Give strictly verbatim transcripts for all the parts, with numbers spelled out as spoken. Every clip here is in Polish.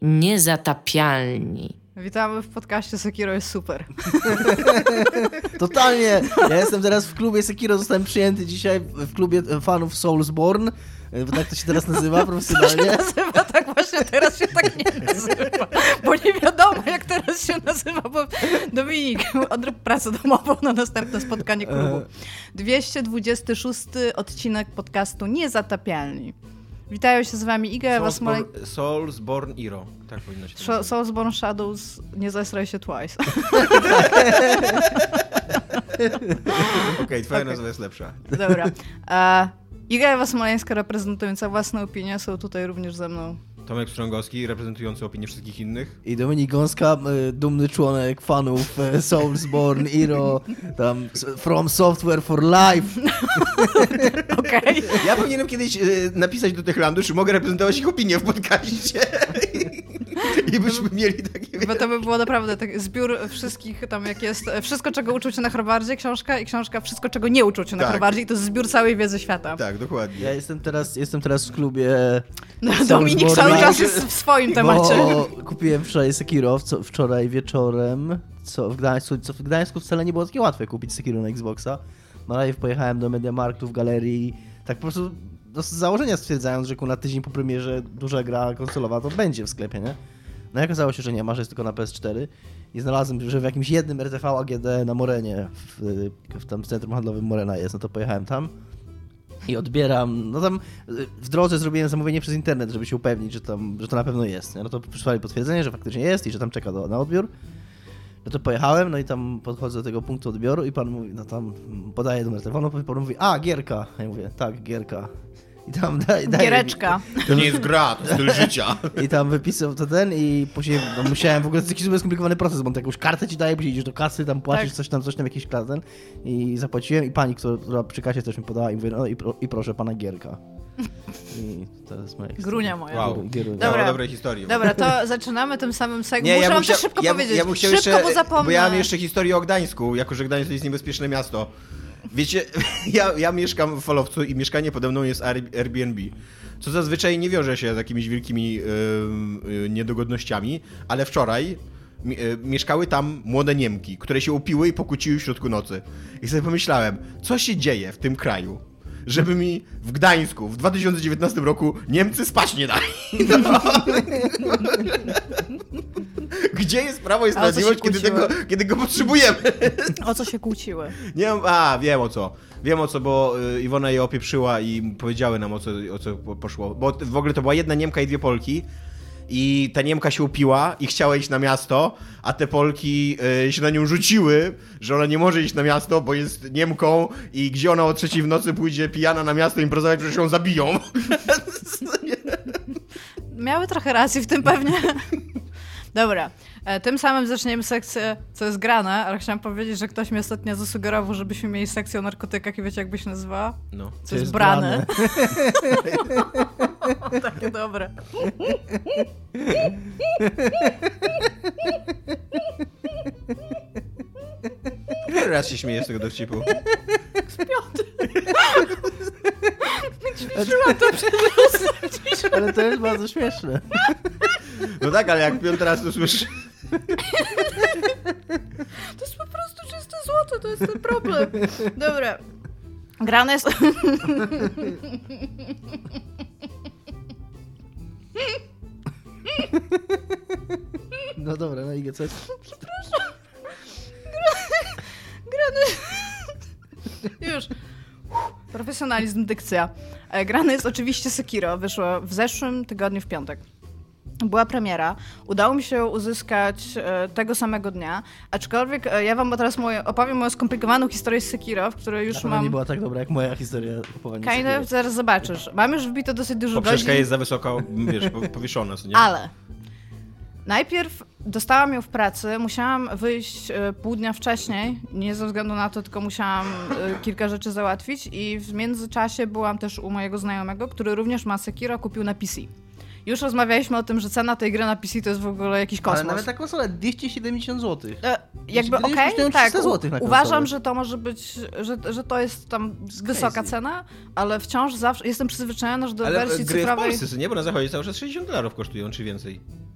Niezatapialni. Witamy w podcaście Sekiro jest super. Totalnie. Ja jestem teraz w klubie Sekiro, zostałem przyjęty dzisiaj w klubie fanów Soulsborne. Tak to się teraz nazywa profesjonalnie. To się nazywa tak właśnie, teraz się tak nie nazywa. Bo nie wiadomo, jak teraz się nazywa, bo Dominik, odrób pracę domową na następne spotkanie klubu. dwieście dwudziesty szósty odcinek podcastu Niezatapialni. Witają się z wami Iga, Ewa Smolek... Soulsborne Iro. Tak powinno się Sh- Soulsborne Shadows, nie zesraj się twice. Okej, okay, twoja okay. nazwa jest lepsza. Dobra. Uh, Iga Ewa Smoleńska, reprezentująca własne opinie, są tutaj również ze mną. Tomek Strągowski, reprezentujący opinię wszystkich innych. I Dominik Gąska, dumny członek fanów Soulsborne, Iro, tam From Software for Life. Okej. Okay. Ja powinienem kiedyś y, napisać do Techlandu, czy mogę reprezentować ich opinię w podcaście. I byśmy mieli takie... Bo to by było naprawdę taki zbiór wszystkich tam, jak jest Wszystko, czego uczył cię na Harvardzie, książka i książka Wszystko, czego nie uczył cię na tak. Harvardzie i to jest zbiór całej wiedzy świata. Tak, dokładnie. Ja jestem teraz, jestem teraz w klubie no, Dominik cały czas jest w swoim temacie. Bo kupiłem wczoraj Sekiro, co, wczoraj wieczorem, co w Gdańsku, co w Gdańsku wcale nie było takie łatwe kupić Sekiro na Xboxa. No live pojechałem do Mediamarktu w galerii, tak po prostu no, z założenia stwierdzając, że na tydzień po premierze duża gra konsolowa to będzie w sklepie, nie? No jak okazało się, że nie ma, że jest tylko na P S cztery i znalazłem, że w jakimś jednym R T V A G D na Morenie, w, w tam centrum handlowym Morena jest, no to pojechałem tam i odbieram, no tam w drodze zrobiłem zamówienie przez internet, żeby się upewnić, że tam, że to na pewno jest, nie? No to przysłali potwierdzenie, że faktycznie jest i że tam czeka do, na odbiór. No to pojechałem, no i tam podchodzę do tego punktu odbioru i pan mówi, no tam podaje numer telefonu, pan mówi, a gierka. Ja mówię, tak, gierka. I tam daj, daj, Giereczka. To nie jest gra, to styl życia. I tam wypisał to ten i później no, musiałem, w ogóle to jest jakiś super skomplikowany proces, bo on jakąś kartę ci daje, później idziesz do kasy, tam płacisz tak. coś tam, coś tam, jakiś ten i zapłaciłem i pani, która przy kasie też mi podała i mówię, no i, pro, i proszę pana gierka. I to jest moja Grunia moja. Wow. Dobra. Dobra, dobre historie. Dobra, to zaczynamy tym samym segmentem. Muszę ja wam musiał, to szybko ja, powiedzieć. Ja musiał szybko, jeszcze, bo zapomnę. Bo ja mam jeszcze historię o Gdańsku, jako że Gdańsk to jest niebezpieczne miasto. Wiecie, ja, ja mieszkam w Falowcu i mieszkanie pode mną jest Airbnb, co zazwyczaj nie wiąże się z jakimiś wielkimi yy, yy, niedogodnościami, ale wczoraj mi, yy, mieszkały tam młode Niemki, które się upiły i pokłóciły w środku nocy. I sobie pomyślałem, co się dzieje w tym kraju, żeby mi w Gdańsku w dwa tysiące dziewiętnastym roku Niemcy spać nie dali. No. Gdzie jest Prawo i Sprawiedliwość, kiedy, tego, kiedy go potrzebujemy? O co się kłóciły? Nie wiem, a wiem o co. Wiem o co, bo Iwona je opieprzyła i powiedziały nam o co, o co poszło. Bo w ogóle to była jedna Niemka i dwie Polki. I ta Niemka się upiła i chciała iść na miasto, a te Polki y, się na nią rzuciły, że ona nie może iść na miasto, bo jest Niemką i gdzie ona o trzeciej w nocy pójdzie pijana na miasto imprezować, przecież ją zabiją. Miały trochę racji w tym pewnie. Dobra, tym samym zaczniemy sekcję, co jest grane, ale chciałam powiedzieć, że ktoś mi ostatnio zasugerował, żebyśmy mieli sekcję o narkotykach i wiecie, jak by się nazywała? No. Co, co jest, jest brane. Takie dobre. Który raz się śmieję z tego dowcipu? Z piąty. Ćwiczyłam to przez Ale to jest bardzo śmieszne. No tak, ale jak piąty raz to słyszę... To jest po prostu czyste złoto, to jest ten problem. Dobra. Grane jest... No dobra, no i co jest? Przepraszam. Grane... Już. Profesjonalizm, dykcja. Grane jest oczywiście Sekiro. Wyszło w zeszłym tygodniu w piątek. Była premiera. Udało mi się uzyskać e, tego samego dnia, aczkolwiek e, ja wam teraz moje, opowiem moją skomplikowaną historię z Sekiro, w której już mam... nie była tak dobra jak moja historia kupowania Kind of, zaraz zobaczysz. Mam już wbito dosyć dużo godzin. Poprzeczka jest za wysoko, wiesz, powieszona, co nie? Ale najpierw dostałam ją w pracy, musiałam wyjść e, pół dnia wcześniej, nie ze względu na to, tylko musiałam e, kilka rzeczy załatwić i w międzyczasie byłam też u mojego znajomego, który również ma Sekiro, kupił na P C. Już rozmawialiśmy o tym, że cena tej gry na P C to jest w ogóle jakiś kosmos. Ale nawet ta konsola dwieście siedemdziesiąt złotych. E, jakby okej, okay, tak, u, uważam, że to może być, że, że to jest tam wysoka crazy cena, ale wciąż zawsze jestem przyzwyczajona, że do ale wersji gry cyfrowej... w Polsce, nie? Bo na zachodzie cały czas sześćdziesiąt dolarów kosztują, czy więcej.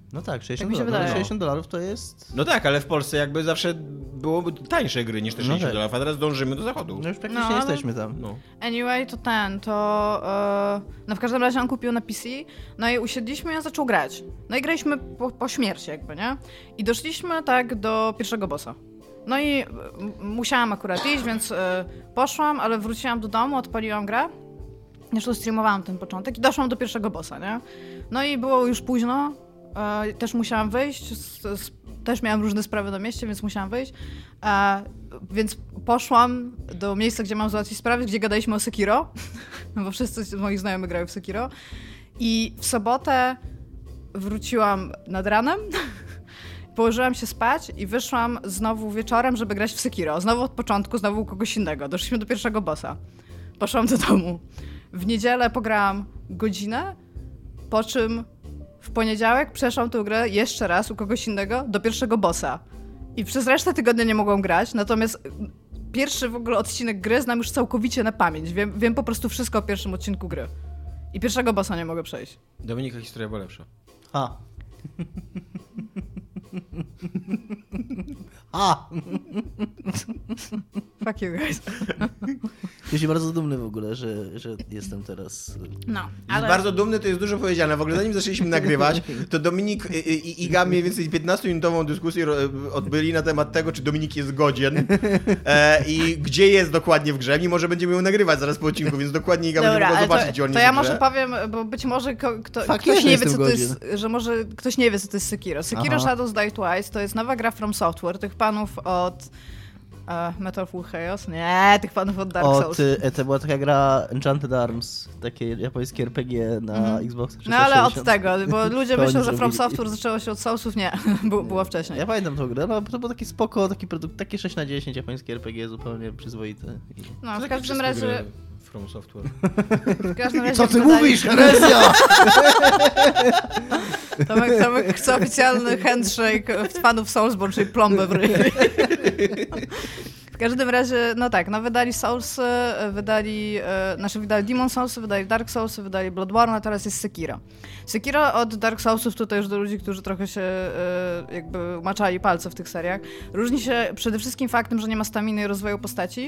No tak, Tak mi się sześćdziesiąt dolarów. wydaje. sześćdziesiąt dolarów to jest... No tak, ale w Polsce jakby zawsze byłoby tańsze gry niż te No sześćdziesiąt tak. dolarów, a teraz dążymy do zachodu. No już praktycznie No, ale- jesteśmy tam. No. Anyway, to ten, to... Yy, no w każdym razie on kupił na P C, no i usiedliśmy i on zaczął grać. No i graliśmy po, po śmierci jakby, nie? I doszliśmy tak do pierwszego bossa. No i y, musiałam akurat iść, więc y, poszłam, ale wróciłam do domu, odpaliłam grę. Zresztą streamowałam ten początek i doszłam do pierwszego bossa, nie? No i było już późno, y, też musiałam wyjść, z, z, też miałam różne sprawy na mieście, więc musiałam wyjść. E, więc poszłam do miejsca, gdzie mam załatwić sprawy, gdzie gadaliśmy o Sekiro, bo wszyscy moi znajomi grają w Sekiro. I w sobotę wróciłam nad ranem, położyłam się spać i wyszłam znowu wieczorem, żeby grać w Sekiro. Znowu od początku, znowu u kogoś innego. Doszliśmy do pierwszego bossa. Poszłam do domu. W niedzielę pograłam godzinę, po czym w poniedziałek przeszłam tę grę jeszcze raz u kogoś innego do pierwszego bossa. I przez resztę tygodnia nie mogłam grać, natomiast pierwszy w ogóle odcinek gry znam już całkowicie na pamięć. Wiem, wiem po prostu wszystko o pierwszym odcinku gry. I pierwszego bossa nie mogę przejść. Dominika historia była lepsza. A. A! Fuck you guys. Jestem bardzo dumny w ogóle, że, że jestem teraz... No, Ale... ale... Bardzo dumny, to jest dużo powiedziane. W ogóle zanim zaczęliśmy nagrywać, to Dominik i, i Iga mniej więcej piętnastominutową dyskusję odbyli na temat tego, czy Dominik jest godzien e, i gdzie jest dokładnie w grze, mimo że będziemy ją nagrywać zaraz po odcinku, więc dokładnie Iga Dobra, będzie mogła ale zobaczyć, to, gdzie on to jest ja w może grze. powiem, bo być może ko, kto, Fakt, ktoś nie nie wie, co jestem to jest, że może ktoś nie wie, co to jest Sekiro. Sekiro Aha. Shadows Die Twice to jest nowa gra From Software, tych panów od e, Metal Full Chaos. Nie, tych panów od Dark Od, Souls. y, to była taka gra Enchanted Arms, takie japońskie R P G na Mhm. Xbox No ale od trzysta tego, bo ludzie To myślą, oni że From zrobili. Software zaczęło się od Soulsów. Nie, było, było wcześniej. Ja pamiętam tą grę, no, to było taki spoko, taki produkt, takie sześć na dziesięć japońskie R P G, zupełnie przyzwoite. I... No, To w takie każdym wszystkie razie... gry From Software. W każdym razie Co ty wydaje- mówisz, herezja? Tomek, Tomek chce oficjalny handshake w fanów Soulsborne, czyli plombę w ryj. W każdym razie, no tak, no wydali Soulsy, wydali, e, znaczy wydali Demon Soulsy, wydali Dark Soulsy, wydali Bloodborne, a teraz jest Sekiro. Sekiro od Dark Soulsów, tutaj już do ludzi, którzy trochę się e, jakby maczali palce w tych seriach, różni się przede wszystkim faktem, że nie ma staminy i rozwoju postaci.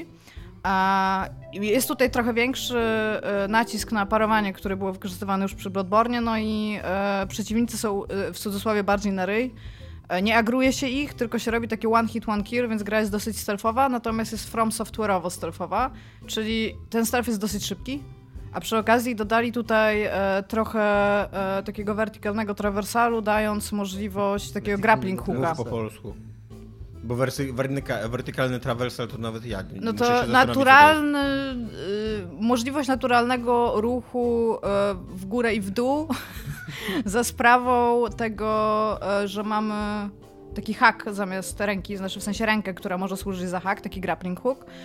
A jest tutaj trochę większy e, nacisk na parowanie, który było wykorzystywane już przy Bloodborne, no i e, przeciwnicy są e, w cudzysłowie bardziej na ryj. E, nie agruje się ich, tylko się robi takie one hit, one kill, więc gra jest dosyć stealthowa, natomiast jest From Software'owo stealthowa, czyli ten stealth jest dosyć szybki. A przy okazji dodali tutaj e, trochę e, takiego wertykalnego trawersalu, dając możliwość takiego grappling hooka. Mów po polsku. Bo wersy, wertyka, wertykalny traversal to nawet ja. No muszę się to zastanowić, naturalny, y, możliwość naturalnego ruchu y, w górę i w dół za sprawą tego, y, że mamy taki hak zamiast ręki, znaczy w sensie rękę, która może służyć za hak, taki grappling hook. Y,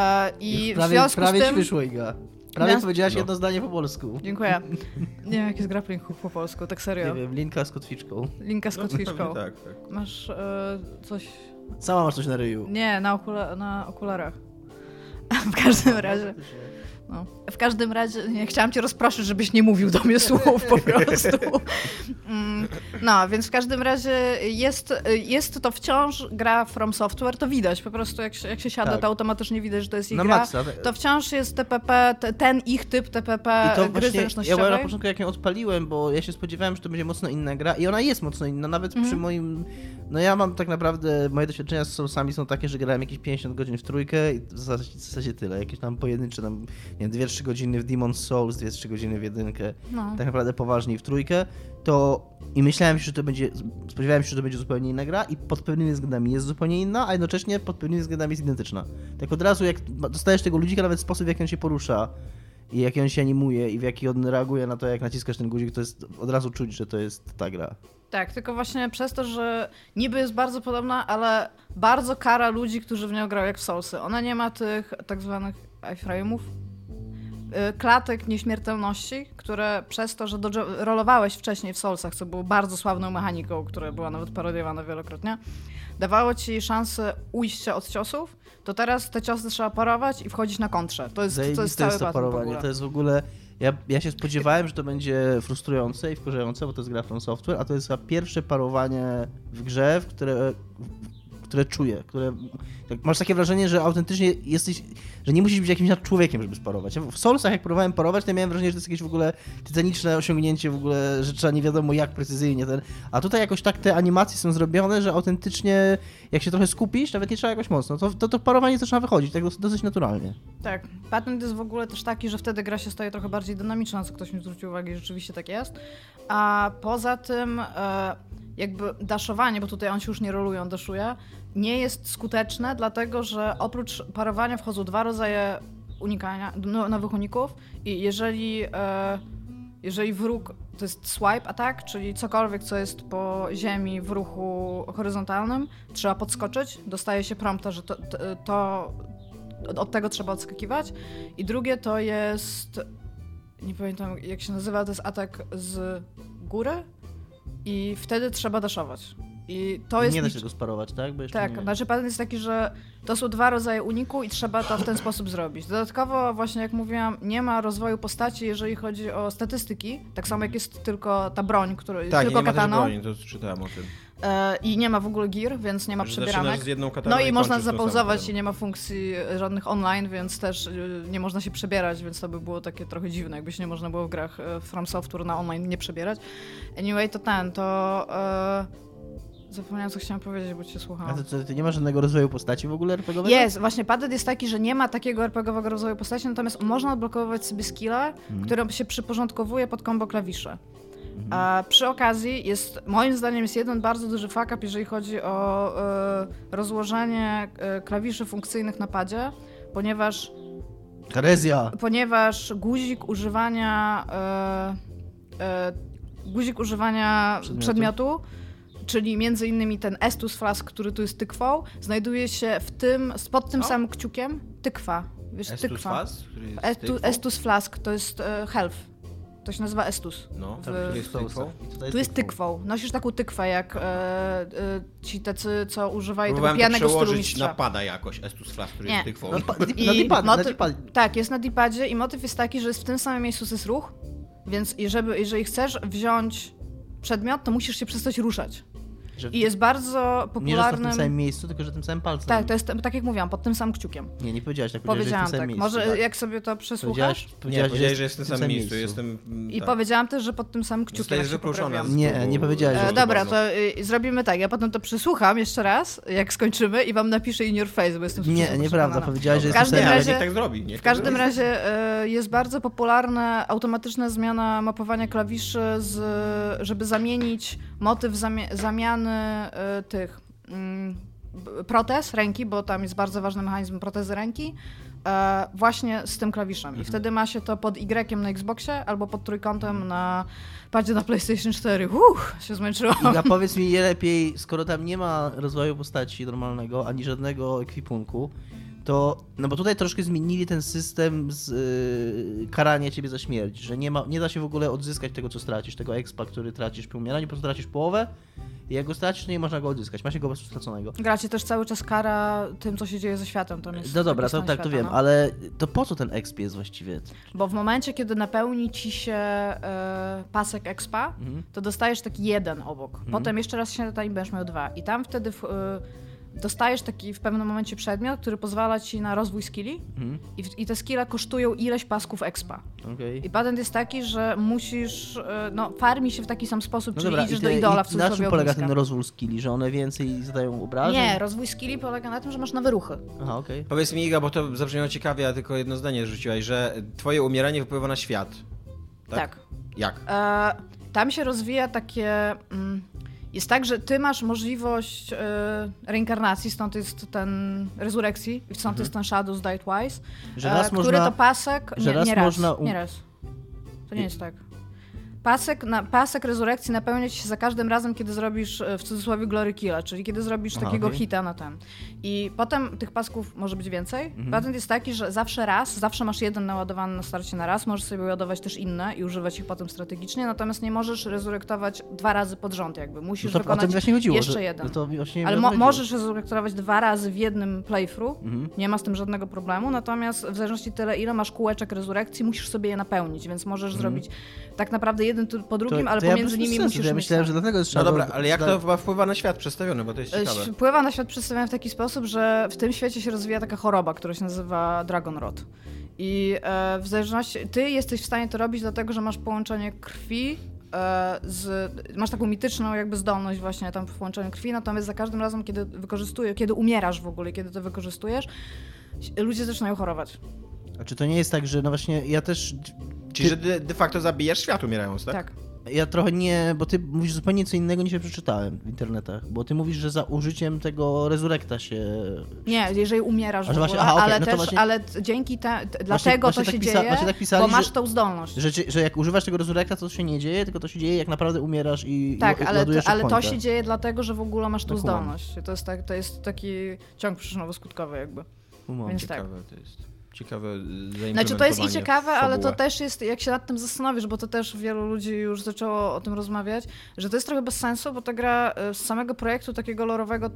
I Już w prawie, związku prawie z ci tym... wyszło, Iga. Prawie No. powiedziałaś No. jedno zdanie po polsku. Dziękuję. Nie wiem, jak jest grappling hook po polsku, tak Nie serio. wiem, linka z kotwiczką. Linka z No, kotwiczką. pewnie tak, tak. Masz y, coś... Sama masz coś na ryju. Nie, na, okula- na okularach. W każdym razie... No. W każdym razie, nie, chciałam cię rozproszyć, żebyś nie mówił do mnie słów po prostu. Mm, No, więc w każdym razie jest, jest to wciąż gra From Software, to widać, po prostu jak się, jak się siada, Tak. to automatycznie widać, że to jest ich Na gra. maksa. To wciąż jest T P P, te- ten ich typ T P P I to gry właśnie, ja zręcznościowej. byłem na początku jak ją odpaliłem, bo ja się spodziewałem, że to będzie mocno inna gra i ona jest mocno inna, nawet Mhm. przy moim... No ja mam tak naprawdę, moje doświadczenia z Soulsami są takie, że grałem jakieś pięćdziesiąt godzin w trójkę i w zasadzie, w zasadzie tyle. Jakieś tam pojedyncze, tam, nie wiem, dwie trzy godziny w Demon's Souls, dwie trzy godziny w jedynkę, No. tak naprawdę poważniej w trójkę, to i myślałem się, że to będzie, spodziewałem się, że to będzie zupełnie inna gra i pod pewnymi względami jest zupełnie inna, a jednocześnie pod pewnymi względami jest identyczna. Tak od razu jak dostajesz tego ludzika, nawet sposób w jaki on się porusza i jaki on się animuje i w jaki on reaguje na to, jak naciskasz ten guzik, to jest od razu czuć, że to jest ta gra. Tak, tylko właśnie przez to, że niby jest bardzo podobna, ale bardzo kara ludzi, którzy w nią grają jak w Soulsy. Ona nie ma tych tak zwanych iframe'ów, y, klatek nieśmiertelności, które przez to, że dodge- rolowałeś wcześniej w Soulsach, co było bardzo sławną mechaniką, która była nawet parodiowana wielokrotnie, dawało ci szansę ujścia od ciosów, to teraz te ciosy trzeba parować i wchodzić na kontrze. To jest, to jest Zajebiste cały jest to pattern w parowanie, ogóle. to jest w ogóle... Ja, ja się spodziewałem, że to będzie frustrujące i wkurzające, bo to jest gra From Software, a to jest chyba pierwsze parowanie w grze, w które, w, które czuję, które... Tak, masz takie wrażenie, że autentycznie jesteś... że nie musisz być jakimś człowiekiem, żeby sparować. W Soulsach, jak próbowałem parować, to miałem wrażenie, że to jest jakieś w ogóle tytaniczne osiągnięcie, w ogóle, że trzeba nie wiadomo jak precyzyjnie ten... A tutaj jakoś tak te animacje są zrobione, że autentycznie jak się trochę skupisz, nawet nie trzeba jakoś mocno, to to, to parowanie zaczyna wychodzić tak dosyć, dosyć naturalnie. Tak. Patent jest w ogóle też taki, że wtedy gra się staje trochę bardziej dynamiczna, co ktoś mi zwrócił uwagę i rzeczywiście tak jest. A poza tym e, jakby daszowanie, bo tutaj on się już nie rolują, daszuje, nie jest skuteczne, dlatego że oprócz parowania wchodzą dwa rodzaje unikania, no, nowych uników i jeżeli, e, jeżeli wróg, to jest swipe attack, czyli cokolwiek, co jest po ziemi w ruchu horyzontalnym, trzeba podskoczyć, dostaje się prompta, że to, to, to od tego trzeba odskakiwać. I drugie to jest, nie pamiętam jak się nazywa, to jest atak z góry i wtedy trzeba daszować. I to jest nie da nic... się go sparować, tak? Bo jeszcze Tak, nie... znaczy patent jest taki, że to są dwa rodzaje uniku i trzeba to w ten sposób zrobić. Dodatkowo, właśnie jak mówiłam, nie ma rozwoju postaci, jeżeli chodzi o statystyki, tak samo jak jest tylko ta broń, która tak, tylko nie ma kataną. broni, to czytałem o tym. E, I nie ma w ogóle gear, więc nie ma Że przebieranek. zaczynasz z jedną kataną No i i można kończysz tą samą zapauzować kataną. i nie ma funkcji żadnych online, więc też y, nie można się przebierać, więc to by było takie trochę dziwne, jakby się nie można było w grach y, From Software na online nie przebierać. Anyway, to ten, to... Y, Zapomniałam, co chciałam powiedzieć, bo cię słuchałam. A to, to, to nie ma żadnego rozwoju postaci w ogóle er pe gie owego? Jest, właśnie patent jest taki, że nie ma takiego er pe gie owego rozwoju postaci, natomiast można odblokowywać sobie skille, Mhm. które się przyporządkowuje pod combo klawisze. A przy okazji jest, moim zdaniem, jest jeden bardzo duży fuck up, jeżeli chodzi o e, rozłożenie e, klawiszy funkcyjnych na padzie, ponieważ, Herezja! ponieważ guzik używania e, e, guzik używania Przedmiotu. przedmiotu, czyli między innymi ten Estus Flask, który tu jest tykwą, znajduje się w tym, pod tym Co? samym kciukiem, tykwa. Wiesz, Estus tykwa. Fast, który jest Estu, tykwą? Estus Flask to jest e, health. To się nazywa Estus. No, w- tam który jest tykwą. I tutaj Tu jest tykwą. Nosisz taką tykwę, jak e, e, ci tacy, co używają tego Próbowałem to pijanego stylu przełożyć mistrza. na pada jakoś, Estus Flask, który Nie. jest tykwą. No, pa, I na dipadzie, na motyw- dipadzie. Tak, jest na dipadzie i motyw jest taki, że jest w tym samym miejscu jest ruch, więc jeżeli, jeżeli chcesz wziąć przedmiot, to musisz się przestać ruszać. Że I jest bardzo nie, że to w popularnym... tym samym miejscu, tylko że tym samym palcem. Tak, to jest, tak jak mówiłam, pod tym samym kciukiem. Nie, nie powiedziałaś tak, powiedziałaś, że Powiedziałam w tym samym tak. miejscu. Może tak. jak sobie to przesłuchasz? Powiedziałaś, Nie, powiedziałaś, powiedziałeś, że jest w tym samym miejscu. Jestem... I tak. powiedziałam też, że pod tym samym kciukiem. Zostajesz jak się wyproszona. poprawiam. z Nie, klubu. nie powiedziałeś, że- E, dobra, to y, zrobimy tak. Ja potem to przesłucham jeszcze raz, jak skończymy i wam napiszę in your face, bo jestem Nie, super nieprawda, przekonana. powiedziałaś, że W jest każdym tym nie, ale razie- niech tak zrobi. Niech W każdym tak zrobi. razie y, jest bardzo popularna automatyczna zmiana mapowania klawiszy, z, żeby zamienić motyw zamie- zamiany y, tych mm, b- protez ręki, bo tam jest bardzo ważny mechanizm protezy ręki, e, właśnie z tym klawiszem. Mhm. I wtedy ma się to pod Y na Xboxie albo pod trójkątem na padzie na PlayStation cztery. Uff, się zmęczyłam. Iga, powiedz mi je lepiej, skoro tam nie ma rozwoju postaci normalnego, ani żadnego ekwipunku, to, no bo tutaj troszkę zmienili ten system z yy, karania ciebie za śmierć, że nie, ma, nie da się w ogóle odzyskać tego, co stracisz, tego expa, który tracisz przy umieraniu, po prostu tracisz połowę i jak go stracisz, to nie można go odzyskać, ma się go po prostu straconego. Gra cię też cały czas kara tym, co się dzieje ze światem. Tam jest No dobra, taki to stan tak, to świata, wiem, no. ale to po co ten exp jest właściwie? Bo w momencie, kiedy napełni ci się e, pasek expa, Mhm. to dostajesz taki jeden obok. Potem jeszcze raz się i będziesz miał dwa. I tam wtedy w, e, dostajesz taki w pewnym momencie przedmiot, który pozwala ci na rozwój skilli Mhm. i, w- i te skille kosztują ileś pasków expa. Okej. I patent jest taki, że musisz, e, no farmi się w taki sam sposób, No czyli dobra, idziesz i do te- idola w i na czym cudzysłowie polega ogniska. ten rozwój skilli, że one więcej zadają obrażeń? Nie, rozwój skilli polega na tym, że masz nowe ruchy. Aha, okej. Powiedz mi, Iga, bo to zabrzmiało ciekawie, a tylko jedno zdanie rzuciłaś, że twoje umieranie wpływa na świat. Tak? Tak. Jak? E, tam się rozwija takie... Mm, jest tak, że ty masz możliwość e, reinkarnacji, stąd jest ten rezurekcji, stąd jest ten Shadows Die Twice, Że e, raz który można- to pasek... że nie, raz nie raz, można um- nie raz. To nie jest tak. Pasek, na, pasek rezurekcji napełnia ci się za każdym razem, kiedy zrobisz w cudzysłowie glory killa, czyli kiedy zrobisz Aha, takiego okay. hita na ten. I potem tych pasków może być więcej. Mhm. Patent jest taki, że zawsze raz, zawsze masz jeden naładowany na starcie na raz, możesz sobie ładować też inne i używać ich potem strategicznie, natomiast nie możesz rezurektować dwa razy pod rząd jakby. Musisz no to, wykonać o tym właśnie chodziło, jeszcze że, jeden. To właśnie Ale mo- możesz rezurektować dwa razy w jednym playthrough, mhm. nie ma z tym żadnego problemu, natomiast w zależności tyle, ile masz kółeczek rezurekcji, musisz sobie je napełnić, więc możesz mhm. zrobić tak naprawdę jeden po drugim, to, ale to pomiędzy ja nimi sensu, musisz ja mieć... myślałem, że dlatego jest No dobra, ale jak to chyba wpływa na świat przedstawiony, bo to jest ciekawe. Wpływa na świat przedstawiony w taki sposób, że w tym świecie się rozwija taka choroba, która się nazywa Dragon Rot. I e, w zależności... Ty jesteś w stanie to robić dlatego, że masz połączenie krwi e, z... Masz taką mityczną jakby zdolność właśnie tam w połączeniu krwi, natomiast za każdym razem, kiedy wykorzystujesz, kiedy umierasz w ogóle, kiedy to wykorzystujesz, ludzie zaczynają chorować. A czy to nie jest tak, że no właśnie ja też... Czyli, że de, de facto zabijasz świat umierając, tak? Tak. Ja trochę nie, bo ty mówisz zupełnie co innego niż ja przeczytałem w internetach, bo ty mówisz, że za użyciem tego rezurekta się... Nie, jeżeli umierasz w ogóle, właśnie, aha, okay, ale no to też, właśnie, ale dzięki te, t- właśnie, dlatego właśnie to tak się pisa, dzieje, tak pisali, bo masz że, tą zdolność. Że, że jak używasz tego rezurekta, to się nie dzieje, tylko to się dzieje jak naprawdę umierasz i Tak, i ale, ładujesz to, ale to checkpointa. się dzieje dlatego, że w ogóle masz tą Tak, umam. zdolność. To jest, tak, to jest taki ciąg przyczynowo-skutkowy jakby. Umam. Więc tak. Ciekawe to jest. Ciekawe zaimplementowanie. Znaczy to jest i ciekawe, ale to fabułę. też jest, jak się nad tym zastanowisz, bo to też wielu ludzi już zaczęło o tym rozmawiać, że to jest trochę bez sensu, bo ta gra z samego projektu takiego lorowego,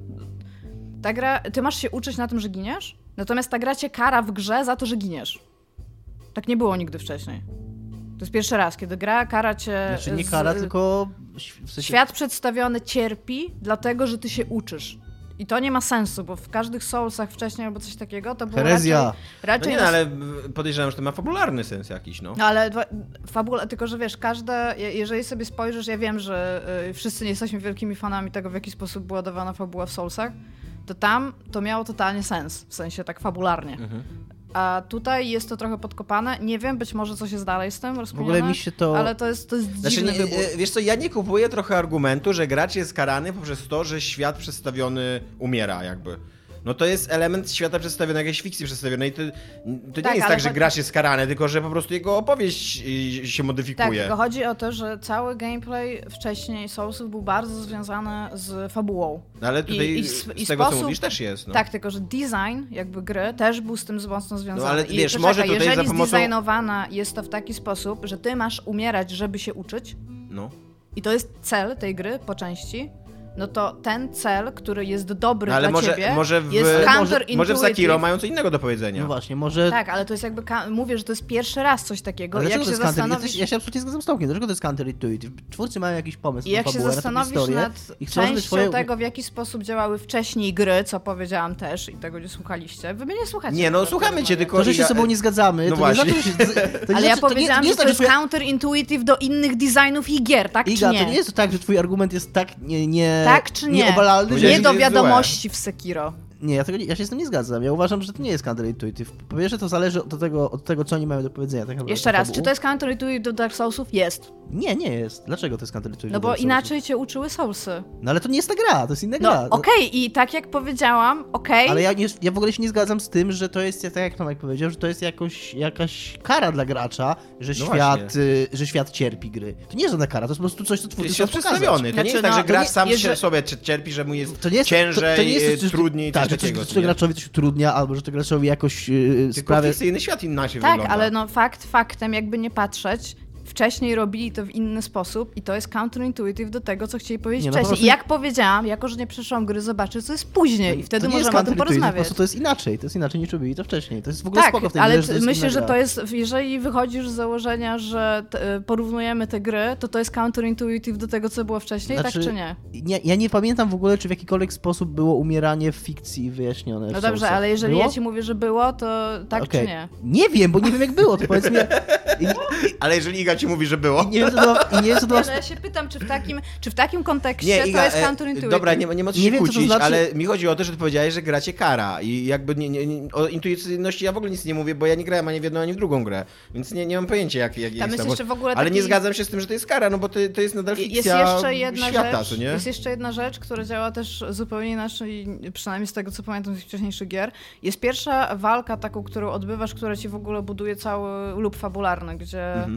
ta gra, ty masz się uczyć na tym, że giniesz, natomiast ta gra cię kara w grze za to, że giniesz. Tak nie było nigdy wcześniej. To jest pierwszy raz, kiedy gra kara cię... Znaczy nie z- kara, tylko... W sensie... Świat przedstawiony cierpi, dlatego że ty się uczysz. I to nie ma sensu, bo w każdych Soulsach wcześniej albo coś takiego to było Herezja. raczej... No raczej nie, na- no, ale podejrzewam, że to ma fabularny sens jakiś, no. No ale dwa- fabula, tylko że wiesz, każde, je- jeżeli sobie spojrzysz, ja wiem, że y, wszyscy nie jesteśmy wielkimi fanami tego, w jaki sposób była dawana fabuła w Soulsach, to tam to miało totalnie sens, w sensie tak fabularnie. Mhm. A tutaj jest to trochę podkopane. Nie wiem, być może coś jest dalej z tym W rozkminione, ogóle mi się to... ale to jest, to jest Znaczy, dziwny nie, wybór. e, wiesz co, ja nie kupuję trochę argumentu, że gracz jest karany poprzez to, że świat przedstawiony umiera jakby. No to jest element świata przedstawionego, jakiejś fikcji przedstawionej. To, to nie Tak, jest ale tak, że chodzi- gracz jest karany, tylko że po prostu jego opowieść y, się Tak, modyfikuje. tylko chodzi o to, że cały gameplay wcześniej Soulsów był bardzo związany z fabułą. No ale tutaj i- i z, s- i tego, sposób- co mówisz, też jest. No. Tak, tylko że design jakby gry też był z tym mocno związany. No ale I wiesz, poczekaj, może tutaj jeżeli za pomocą- zdesignowana jest to w taki sposób, że ty masz umierać, żeby się uczyć no. i to jest cel tej gry po części, no to ten cel, który jest dobry No, ale dla może, ciebie, może w, jest może, counterintuitive. może w Sekiro mają co innego do powiedzenia. No właśnie, może... Tak, ale to jest jakby, ka- mówię, że to jest pierwszy raz coś takiego. Ale I jak dlaczego się to jest counter... ja, zastanowisz... też, ja się absolutnie zgadzam z Tomkiem. Dlaczego to jest counterintuitive? Twórcy mają jakiś pomysł I na jak się fabułę, na tą zastanowisz historię nad i chcą, żeby częścią twoje... tego, w jaki sposób działały wcześniej gry, co powiedziałam też i tego nie słuchaliście, wy mnie nie słuchacie. Nie, no jak słuchamy cię, rozmawiam. tylko... To, że się ja- z sobą nie zgadzamy, No to nie właśnie. znaczy, że... To nie Ale ja znaczy, to nie- powiedziałam, to nie że to znaczy, jest twoja- counterintuitive do innych designów i gier, tak Iga, czy nie? to nie jest tak, że twój argument jest tak nie, nie, Tak czy nie? nieobalalny, Powiedziałeś, że... Nie że do jest wiadomości w Sekiro. Nie, ja, tego, nie- ja się z tym nie zgadzam. Ja uważam, że to nie jest counterintuitive. Po pierwsze, to zależy od tego, od tego, co oni mają do powiedzenia. Tak naprawdę, Jeszcze do raz, fabuły. czy to jest counterintuitive do Dark Soulsów? Jest. Nie, nie jest. Dlaczego to jest counterintuitive? No do bo Dark Soulsów? inaczej cię uczyły Soulsy. No ale to nie jest ta gra, to jest inna No gra. okej, i tak jak powiedziałam, okej. Ale ja, nie, ja w ogóle się nie zgadzam z tym, że to jest, tak jak Tomek powiedział, że to jest jakoś, jakaś kara dla gracza, że, No świat, właśnie. y, że świat cierpi gry. To nie jest żadna kara, to jest po prostu coś, co To twórcy jest chcą świat pokazać. przedstawiony. To Znaczy, nie jest tak, no, że to gracz nie- sam jeżeli- się sobie cierpi, że mu jest To nie jest, ciężej, to, to nie jest, y, trudniej, tak, coś że, takiego. to, że co to nie? graczowi coś utrudnia, albo że to graczowi jakoś yy, Tylko sprawia... fikcyjny świat inaczej Tak, wygląda. ale no fakt faktem, jakby nie patrzeć, wcześniej robili to w inny sposób i to jest counterintuitive do tego, co chcieli powiedzieć Nie, no po wcześniej. prostu- I jak powiedziałam, jako że nie przeszłam gry, zobaczę, co jest później i wtedy to nie jest możemy o tym counterintuitive, porozmawiać. Po prostu to jest inaczej, to jest inaczej niż robili to wcześniej. To jest w ogóle Tak, spoko w tej ale grze, że to jest myślę, inna że gra. to jest, jeżeli wychodzisz z założenia, że t, porównujemy te gry, to to jest counterintuitive do tego, co było wcześniej, Znaczy, tak czy nie? nie? Ja nie pamiętam w ogóle, czy w jakikolwiek sposób było umieranie w fikcji wyjaśnione. No w dobrze, Soulsach. ale jeżeli było? ja ci mówię, że było, to tak Okej. czy nie? Nie wiem, bo nie wiem jak było, to powiedz mi... I, Ale jeżeli Iga ci mówi, że było... i nie wiem, co to, i nie wiem, co to Nie, no ja się pytam, czy w takim, czy w takim kontekście Nie, Iga, to jest e, counterintuitive. dobra, nie, nie ma co Nie się wiem, co to kłócić, znaczy. ale mi chodzi o to, że ty powiedziałeś, że gracie kara i jakby nie, nie, nie, o intuicyjności ja w ogóle nic nie mówię, bo ja nie grałem ani w jedną, ani w drugą grę, więc nie, nie mam pojęcia jak, jak Tam jest jest tam, jeszcze w ogóle ale taki... nie zgadzam się z tym, że to jest kara, no bo to, to jest nadal Jest fikcja jeszcze jedna świata, rzecz, co nie? jest jeszcze jedna rzecz, która działa też zupełnie inaczej, przynajmniej z tego, co pamiętam z wcześniejszych gier. Jest pierwsza walka taką, którą odbywasz, która ci w ogóle buduje cały loop fabularny, gdzie Mhm. nie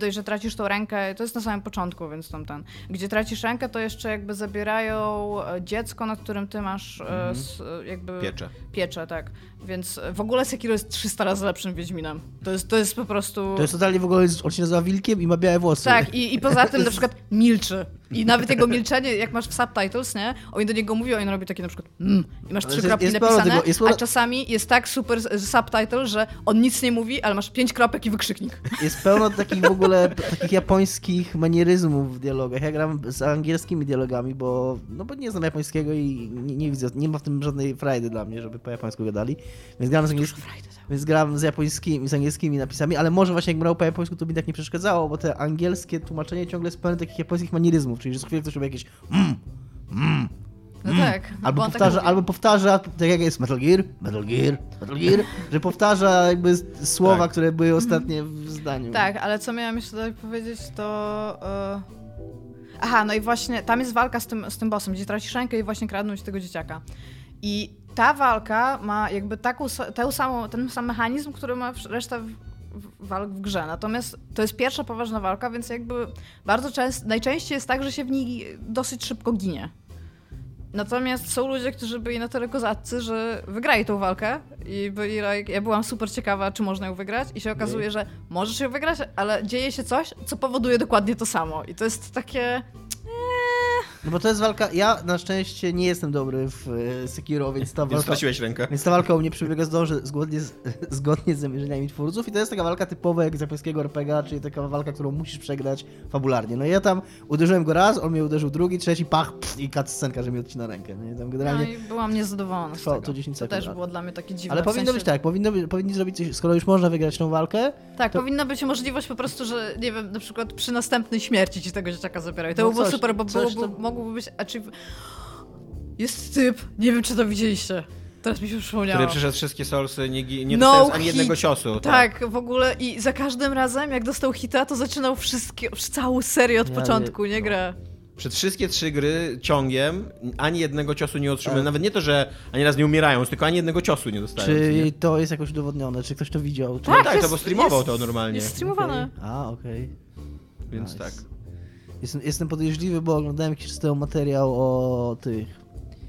dość, że tracisz tą rękę, to jest na samym początku, więc tam ten, gdzie tracisz rękę, to jeszcze jakby zabierają dziecko, nad którym ty masz mhm. s, jakby... Pieczę. Pieczę, tak. Więc w ogóle Sekiro jest trzysta razy lepszym Wiedźminem. To jest, to jest po prostu... To jest totalnie w ogóle, on się nazywa wilkiem i ma białe włosy. Tak, i, i poza tym na przykład milczy. I nawet jego milczenie, jak masz w subtitles, nie? Oni do niego mówią, on robi takie na przykład mm, i masz trzy jest, kropki jest napisane, tego, jest a czasami jest tak super subtitle, że on nic nie mówi, ale masz pięć kropek i wykrzyknik. Jest pełno takich w ogóle, takich japońskich manieryzmów w dialogach. Ja gram z angielskimi dialogami, bo, no bo nie znam japońskiego i nie, nie widzę, nie ma w tym żadnej frajdy dla mnie, żeby po japońsku gadali. Więc gram z, angielski, więc gram z japońskimi, z angielskimi napisami, ale może właśnie jak grał po japońsku, to mi tak nie przeszkadzało, bo te angielskie tłumaczenie ciągle jest pełne takich japońskich manieryzmów, czyli że co chwilę ktoś robi jakieś mm, mm, No mm. tak. Albo tak powtarza, mówi. albo powtarza, tak jak jest Metal Gear, Metal Gear, Metal Gear, że powtarza jakby słowa, Tak. które były ostatnie w zdaniu. Tak, ale co miałam jeszcze dalej powiedzieć, to... Yy... Aha, no i właśnie tam jest walka z tym, z tym bossem, gdzie tracisz rękę i właśnie kradnąć tego dzieciaka. I ta walka ma jakby taką, tę samą, ten sam mechanizm, który ma reszta w, w, walk w grze. Natomiast to jest pierwsza poważna walka, więc jakby bardzo często, najczęściej jest tak, że się w niej dosyć szybko ginie. Natomiast są ludzie, którzy byli na tyle kozaccy, że wygrali tą walkę i byli like, ja byłam super ciekawa, czy można ją wygrać i się okazuje, że możesz ją wygrać, ale dzieje się coś, co powoduje dokładnie to samo. I to jest takie... No bo to jest walka, ja na szczęście nie jestem dobry w e, Sekiro, więc ta Więc walka... straciłeś rękę. Więc ta walka u mnie przebiega zdąży, zgodnie, z, zgodnie z zamierzeniami twórców i to jest taka walka typowa jak z japońskiego er pe gie a, czyli taka walka, którą musisz przegrać fabularnie. No i ja tam uderzyłem go raz, on mnie uderzył drugi, trzeci, pach, pff, i cutscenka, że mi odcina rękę. Nie? Tam generalnie... No i byłam niezadowolona z Trwało tego. to dziesięć To sekund. też było dla mnie takie dziwne. Ale w powinno sensie... być tak, powinno być, powinni zrobić coś, skoro już można wygrać tą walkę, Tak, to- powinna być możliwość po prostu, że nie wiem, na przykład przy następnej śmierci ci tego dzieciaka zabierają. To No by było coś- super, bo coś byłoby, to- mogłoby być achieve... Jest typ, nie wiem czy to widzieliście. Teraz mi się przypomniało. Który przeszedł wszystkie Soulsy, nie, gi- nie No dostając ani hit. jednego ciosu. Tak, w ogóle i za każdym razem jak dostał hita, to zaczynał wszystkie, całą serię od Ja początku, nie- nie no. grę. Przez wszystkie trzy gry ciągiem ani jednego ciosu nie otrzymują. Ale- Nawet nie to, że ani raz nie umierając, tylko ani jednego ciosu nie dostają. czy to jest jakoś udowodnione, czy ktoś to widział? Czy... No tak, jest- to bo streamował jest- to normalnie. Jest streamowane. Okej. A, okej. Więc Nice. tak. Jestem, jestem podejrzliwy, bo oglądałem jakiś czas temu materiał o tych...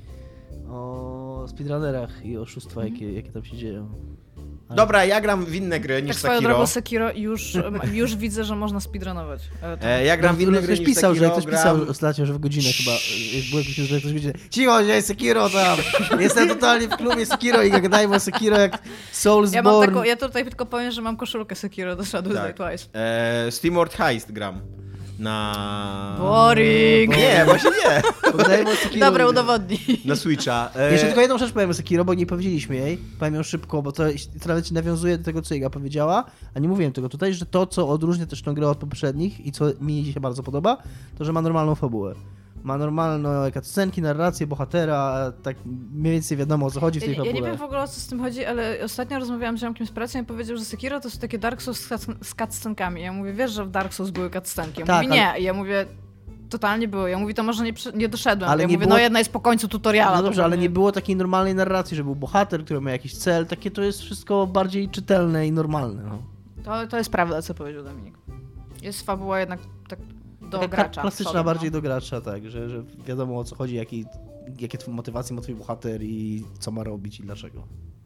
o speedrunnerach i oszustwach, Mhm. jakie, jakie tam się dzieją. Ale- Dobra, ja gram w inne gry niż Tak swoją Sekiro. drogą Sekiro już, już widzę, że można speedrunować. Ale to- E, ja gram w inne No, gry ktoś niż pisał, Sekiro. że ktoś gram... pisał ostatnio, że w godzinę chyba, y, było jakieś, że ktoś godzinę. Cicho, że jest Sekiro tam! Jestem totalnie w klubie Sekiro i gadajmy o Sekiro jak Soulsborne. Ja mam taką, ja tutaj tylko powiem, że mam koszulkę Sekiro do Shadows Die Tak. Twice. E, Steamworld Heist gram. Na... Boring! Nie, właśnie nie. Pogadajmy o Sekiro. Dobra, udowodnij. Na Switcha. E, Jeszcze tylko jedną rzecz powiem o Sekiro, bo nie powiedzieliśmy jej. Powiem ją szybko, bo to trochę ci nawiązuje do tego, co Iga powiedziała, a nie mówiłem tego tutaj, że to, co odróżnia też tę grę od poprzednich i co mi się bardzo podoba, to, że ma normalną fabułę. Ma normalną cutscenki, narrację bohatera, tak mniej więcej wiadomo, o co chodzi w tej Ja, ja fabule. nie wiem w ogóle o co z tym chodzi, ale ostatnio rozmawiałam z ziomkiem z pracy i on powiedział, że Sekiro to są takie Dark Souls z cuts- z cutscenkami. Ja mówię, wiesz, że w Dark Souls były cutscenki? Ja Tak, mówię, ale- nie. I ja mówię, totalnie były. Ja mówię, to może nie, przy- nie doszedłem. Ale ja nie mówię, było- no jedna jest po końcu tutoriala. No to dobrze, ale pewnie- nie było takiej normalnej narracji, że był bohater, który ma jakiś cel, takie to jest wszystko bardziej czytelne i normalne. No. To, to jest prawda, co powiedział Dominik. Jest fabuła jednak tak do Taka gracza. klasyczna przodem, bardziej no. do gracza, tak, że, że wiadomo o co chodzi, jaki, jakie tw- motywacje ma twój bohater i co ma robić i dlaczego.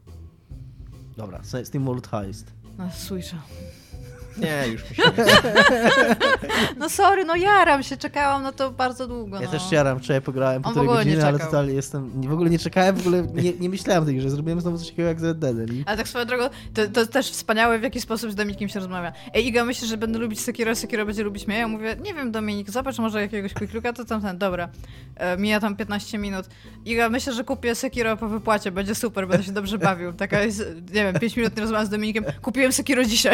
Dobra, Steamworld Heist. Na Switcha. Nie, już mi się No sorry, no jaram się, czekałam na to bardzo długo. Ja no. też jaram, wczoraj pograłem On w półtorej ogóle nie godziny, ale czekał. totalnie jestem, nie, w ogóle nie czekałem, w ogóle nie, nie myślałem o tej grze, zrobiłem znowu coś takiego jak z Red Deadem. I... Ale tak swoją drogą, to, to też wspaniałe, w jaki sposób z Dominikiem się rozmawia. Ej, Iga, myślisz, że będę lubić Sekiro, Sekiro będzie lubić mnie? Ja mówię, nie wiem, Dominik, zobacz może jakiegoś quick looka, to tam ten, dobra. E, mija tam piętnaście minut. Iga, myślę, że kupię Sekiro po wypłacie, będzie super, będę się dobrze bawił. Taka jest, nie wiem, pięć minut nie rozmawiam z Dominikiem, kupiłem Sekiro dzisiaj.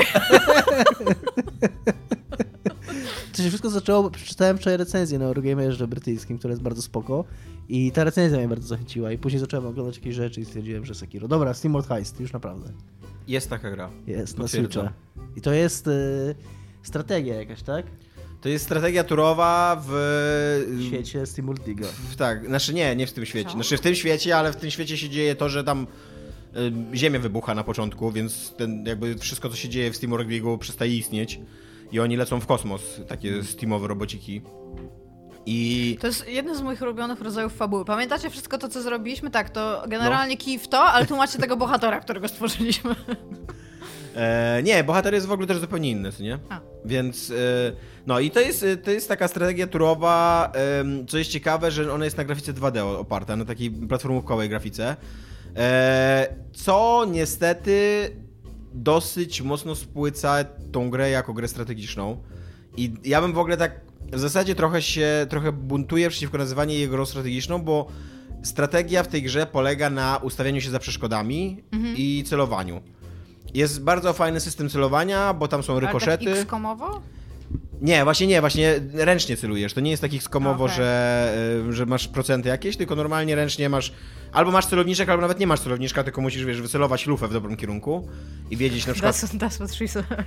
To się wszystko zaczęło, bo przeczytałem wczoraj recenzję na Eurogamerze brytyjskim, która jest bardzo spoko i ta recenzja mnie bardzo zachęciła i później zacząłem oglądać jakieś rzeczy i stwierdziłem, że Sekiro. Dobra, Steamworld Heist, już naprawdę. Jest taka gra. Jest, na Potwierdzam. Switcha. I to jest y, strategia jakaś, tak? To jest strategia turowa w... W świecie Steamworld League. W, tak, znaczy nie, nie w tym świecie. Co? Znaczy w tym świecie, ale w tym świecie się dzieje to, że tam y, ziemia wybucha na początku, więc ten jakby wszystko, co się dzieje w Steamworld League przestaje istnieć. i oni lecą w kosmos, takie steamowe robociki. I... To jest jeden z moich ulubionych rodzajów fabuły. Pamiętacie wszystko to, co zrobiliśmy? Tak, to generalnie no. kij w to, ale tu macie tego bohatera, którego stworzyliśmy. E, nie, bohater jest w ogóle też zupełnie inny, nie? A. Więc, e, no i to jest, to jest taka strategia turowa, e, co jest ciekawe, że ona jest na grafice dwa D oparta, na takiej platformówkowej grafice, e, co niestety dosyć mocno spłyca tą grę jako grę strategiczną. I ja bym w ogóle tak w zasadzie trochę się, trochę buntuję przeciwko nazywaniu jej grą strategiczną, bo strategia w tej grze polega na ustawianiu się za przeszkodami mhm. i celowaniu. Jest bardzo fajny system celowania, bo tam są rykoszety. Ale tak X-komowo? Nie, właśnie nie, właśnie ręcznie celujesz. To nie jest tak X-komowo, okay. że, że masz procenty jakieś, tylko normalnie ręcznie masz... Albo masz celowniczek, albo nawet nie masz celowniczka, tylko musisz, wiesz, wycelować lufę w dobrym kierunku i wiedzieć na przykład... That's, that's what she said.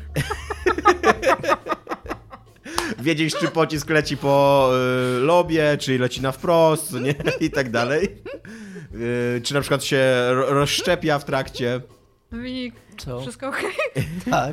Wiedzieć, czy pocisk leci po y, lobie, czy leci na wprost, nie? I tak dalej. Y, czy na przykład się ro- rozszczepia w trakcie. Dominik, co? Wszystko okej? Okay? Tak.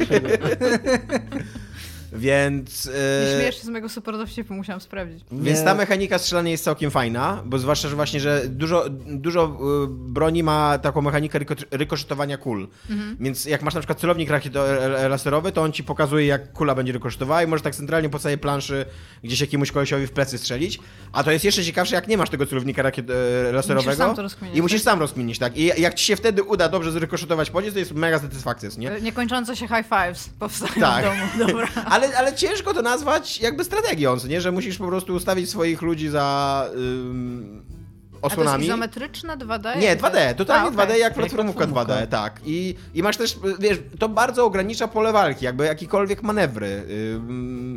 Więc... Yy... Nie śmiejesz się z mojego super dowcipu, musiałam sprawdzić. Więc nie. Ta mechanika strzelania jest całkiem fajna, bo zwłaszcza, że właśnie, że dużo, dużo broni ma taką mechanikę ryko- rykoszetowania kul. Mhm. Więc jak masz na przykład celownik rakiet- laserowy, to on ci pokazuje, jak kula będzie rykoszetowała i możesz tak centralnie po całej planszy gdzieś jakiemuś kolesiowi w plecy strzelić. A to jest jeszcze ciekawsze, jak nie masz tego celownika rakiet laserowego. Musisz sam to rozkminić. I musisz sam rozkminić, tak. I jak ci się wtedy uda dobrze zrykoszetować pocisk, to jest mega satysfakcja, nie? Niekończące się high fives powstają tak. w domu, dobra. Ale, ale ciężko to nazwać jakby strategią, nie? Że musisz po prostu ustawić swoich ludzi za ym, osłonami. A to jest izometryczne dwa D? Nie, dwa D, totalnie A, okay. dwa D jak platformówka dwa D, okay. tak. I, I masz też, wiesz, to bardzo ogranicza pole walki, jakby jakikolwiek manewry. Ym,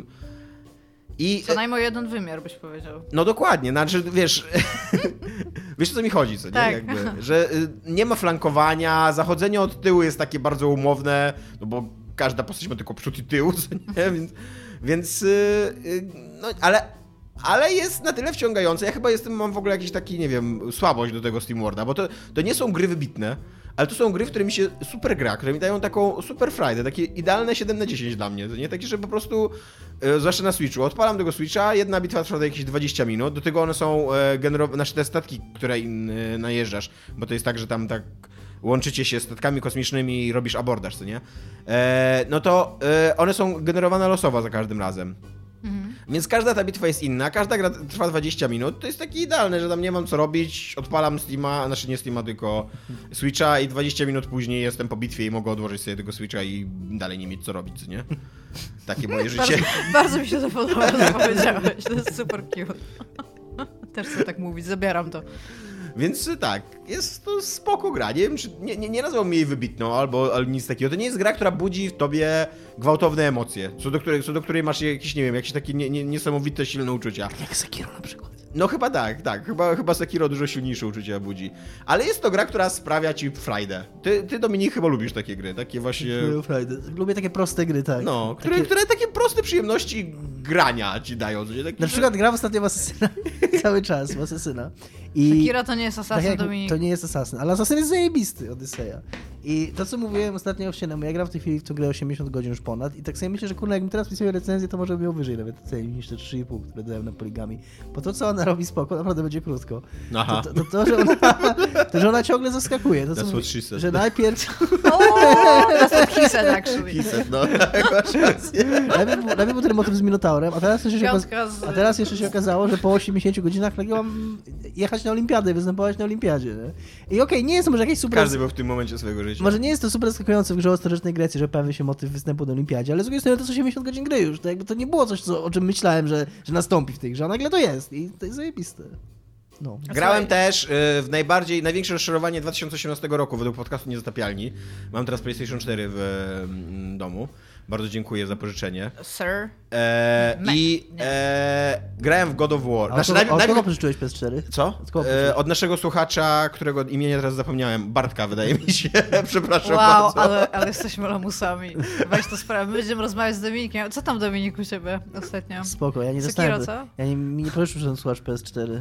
i, co najmniej jeden wymiar, byś powiedział. No dokładnie, znaczy, wiesz, wiesz o co mi chodzi, co nie? Tak. Jakby, że y, nie ma flankowania, zachodzenie od tyłu jest takie bardzo umowne, no bo każda postać ma tylko przód i tył, co nie? Więc, więc yy, yy, no, ale, ale jest na tyle wciągające. Ja chyba jestem, mam w ogóle jakiś taki, nie wiem, słabość do tego SteamWorlda, bo to, to nie są gry wybitne, ale to są gry, w które mi się super gra, które mi dają taką super frajdę, takie idealne siedem na dziesięć dla mnie, to nie? Takie, że po prostu, yy, zwłaszcza na Switchu, odpalam tego Switcha, jedna bitwa trwa jakieś dwadzieścia minut, do tego one są yy, generowane, znaczy te statki, które yy, najeżdżasz, bo to jest tak, że tam tak łączycie się statkami kosmicznymi i robisz abordaż, co nie? E, no to e, one są generowane losowo za każdym razem. Mhm. Więc każda ta bitwa jest inna, każda gra trwa dwadzieścia minut, to jest takie idealne, że tam nie mam co robić, odpalam Steama, znaczy nie Steama, tylko Switcha i dwadzieścia minut później jestem po bitwie i mogę odłożyć sobie tego Switcha i dalej nie mieć co robić, co nie? Takie moje życie. Bardzo, bardzo mi się to podoba, co powiedziałeś, to jest super cute. Też chcę tak mówić, zabieram to. Więc tak, jest to spoko gra. Nie wiem, czy nie, nie, nie nazwałbym jej wybitną albo, albo nic takiego. To nie jest gra, która budzi w tobie gwałtowne emocje, co do której, co do której masz jakieś, nie wiem, jakieś takie nie, nie, niesamowite, silne uczucia. Jak Sekiro na przykład. No chyba tak, tak. Chyba, chyba Sekiro dużo silniejsze uczucia budzi. Ale jest to gra, która sprawia ci frajdę. Ty, ty Dominik, chyba lubisz takie gry, takie właśnie... Frajdę. Lubię takie proste gry, tak. No, które takie, które takie proste przyjemności grania ci dają. Takie, na przykład że... gram ostatnio w Asasyna. Cały czas w Asasyna. I Sekiro to nie jest Assassin, tak Dominik. To nie jest Assassin, ale Assassin jest zajebisty, Odyseja. I to, co mówiłem ostatnio owsienemu, ja gram w tej chwili w tą grę osiemdziesiąt godzin już ponad i tak sobie myślę, że kurna, jakbym teraz pisał recenzję, to może bym miał wyżej nawet cenił niż te trzy i pół, które dałem na Poligami. Bo to, co ona robi spoko, naprawdę będzie krótko. Aha. To, to, to, to, że ona, to, że ona ciągle zaskakuje. To, co mówi, że najpierw... O, that's what he said, actually. He said, no, masz rację. Najpierw był ten motyw z Minotaurem, a teraz, jeszcze się okaz- a teraz jeszcze się okazało, że po osiemdziesięciu godzinach nagle mam jechać na olimpiadę i występować na olimpiadzie. Nie? I okej, okay, nie jest może jakieś super... Każdy był w tym momencie swojego życia. Może nie jest to super zaskakujące w grze o starożytnej Grecji, że pojawia się motyw występu na olimpiadzie, ale z drugiej strony to jest osiemdziesiąt godzin gry już. To, jakby to nie było coś, co, o czym myślałem, że, że nastąpi w tej grze, a nagle to jest i to jest zajebiste. No. Grałem też y, w najbardziej, największe rozczarowanie dwa tysiące osiemnastego roku według podcastu Niezatapialni. Mam teraz PlayStation cztery w y, domu. Bardzo dziękuję za pożyczenie. Sir? E, I e, grałem w God of War. A znaczy, od, kogo, od kogo pożyczyłeś P S cztery? Co? Od, e, od naszego słuchacza, którego imienia teraz zapomniałem. Bartka, wydaje mi się. Przepraszam wow, bardzo. ale, ale jesteśmy lamusami. Weź to sprawę. My będziemy rozmawiać z Dominikiem. Co tam, Dominik, u ciebie ostatnio? Spoko, ja nie Sekiro, dostałem. Ja nie, mi nie pożyczył żaden słuchacz P S cztery.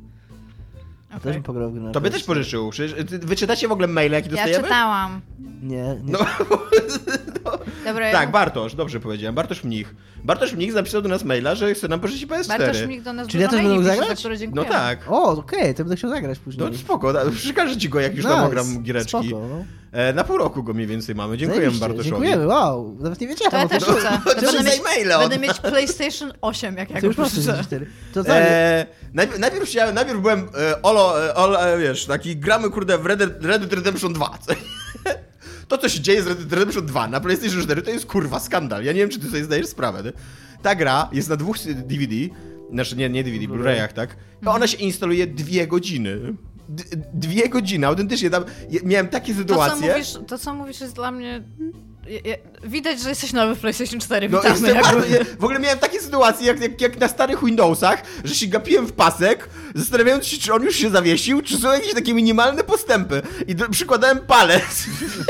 Okay. Też bym pograł w grę na Tobie też pożyczył. Przecież wy czytacie w ogóle maile, jakie dostajemy? Ja czytałam. Nie, nie. No, no, Dobra, Tak, ja... Bartosz, dobrze powiedziałem. Bartosz Mnich. Bartosz Mnich napisał do nas maila, że chce nam pożyczyć P S cztery. Bartosz Mnich do nas Czyli ja dużo też będę maili mógł pisze, zagrać? za które No dziękujemy. tak. O, okej, okay, to będę chciał zagrać później. No spoko, da, przekażę ci go, jak już tam Nice, ogram giereczki. spoko, no. E, na pół roku go mniej więcej mamy. Dziękujemy Zajebiście, Bartoszowi. Dziękujemy, wow. Nawet nie wiedziałem. To ja o też tym. chcę. To Będę jest mieć, e-maila od będę mieć PlayStation osiem, jak ja Ty go już masz pożyczę. cztery. To tak. E, najpierw, najpierw, chciałem, najpierw byłem e, olo, e, olo, e, wiesz, taki gramy kurde w Red Dead, Red Dead Redemption dwa. Co? To, co się dzieje z Red Dead Redemption dwa na PlayStation cztery, to jest kurwa skandal. Ja nie wiem, czy ty sobie zdajesz sprawę. Nie? Ta gra jest na dwóch D V D, znaczy nie, nie D V D, Blu-rayach, tak? To ona się instaluje dwie godziny. D dwie godziny, autentycznie tam miałem takie To co, sytuacje. mówisz, to, co mówisz, jest dla mnie... Ja, ja, widać, że jesteś nowy w PlayStation cztery. No, Witamy. jestem jakby. bardzo, w ogóle miałem takie sytuacje, jak, jak, jak na starych Windowsach, że się gapiłem w pasek, zastanawiając się, czy on już się zawiesił, czy są jakieś takie minimalne postępy. I do, przykładałem palec.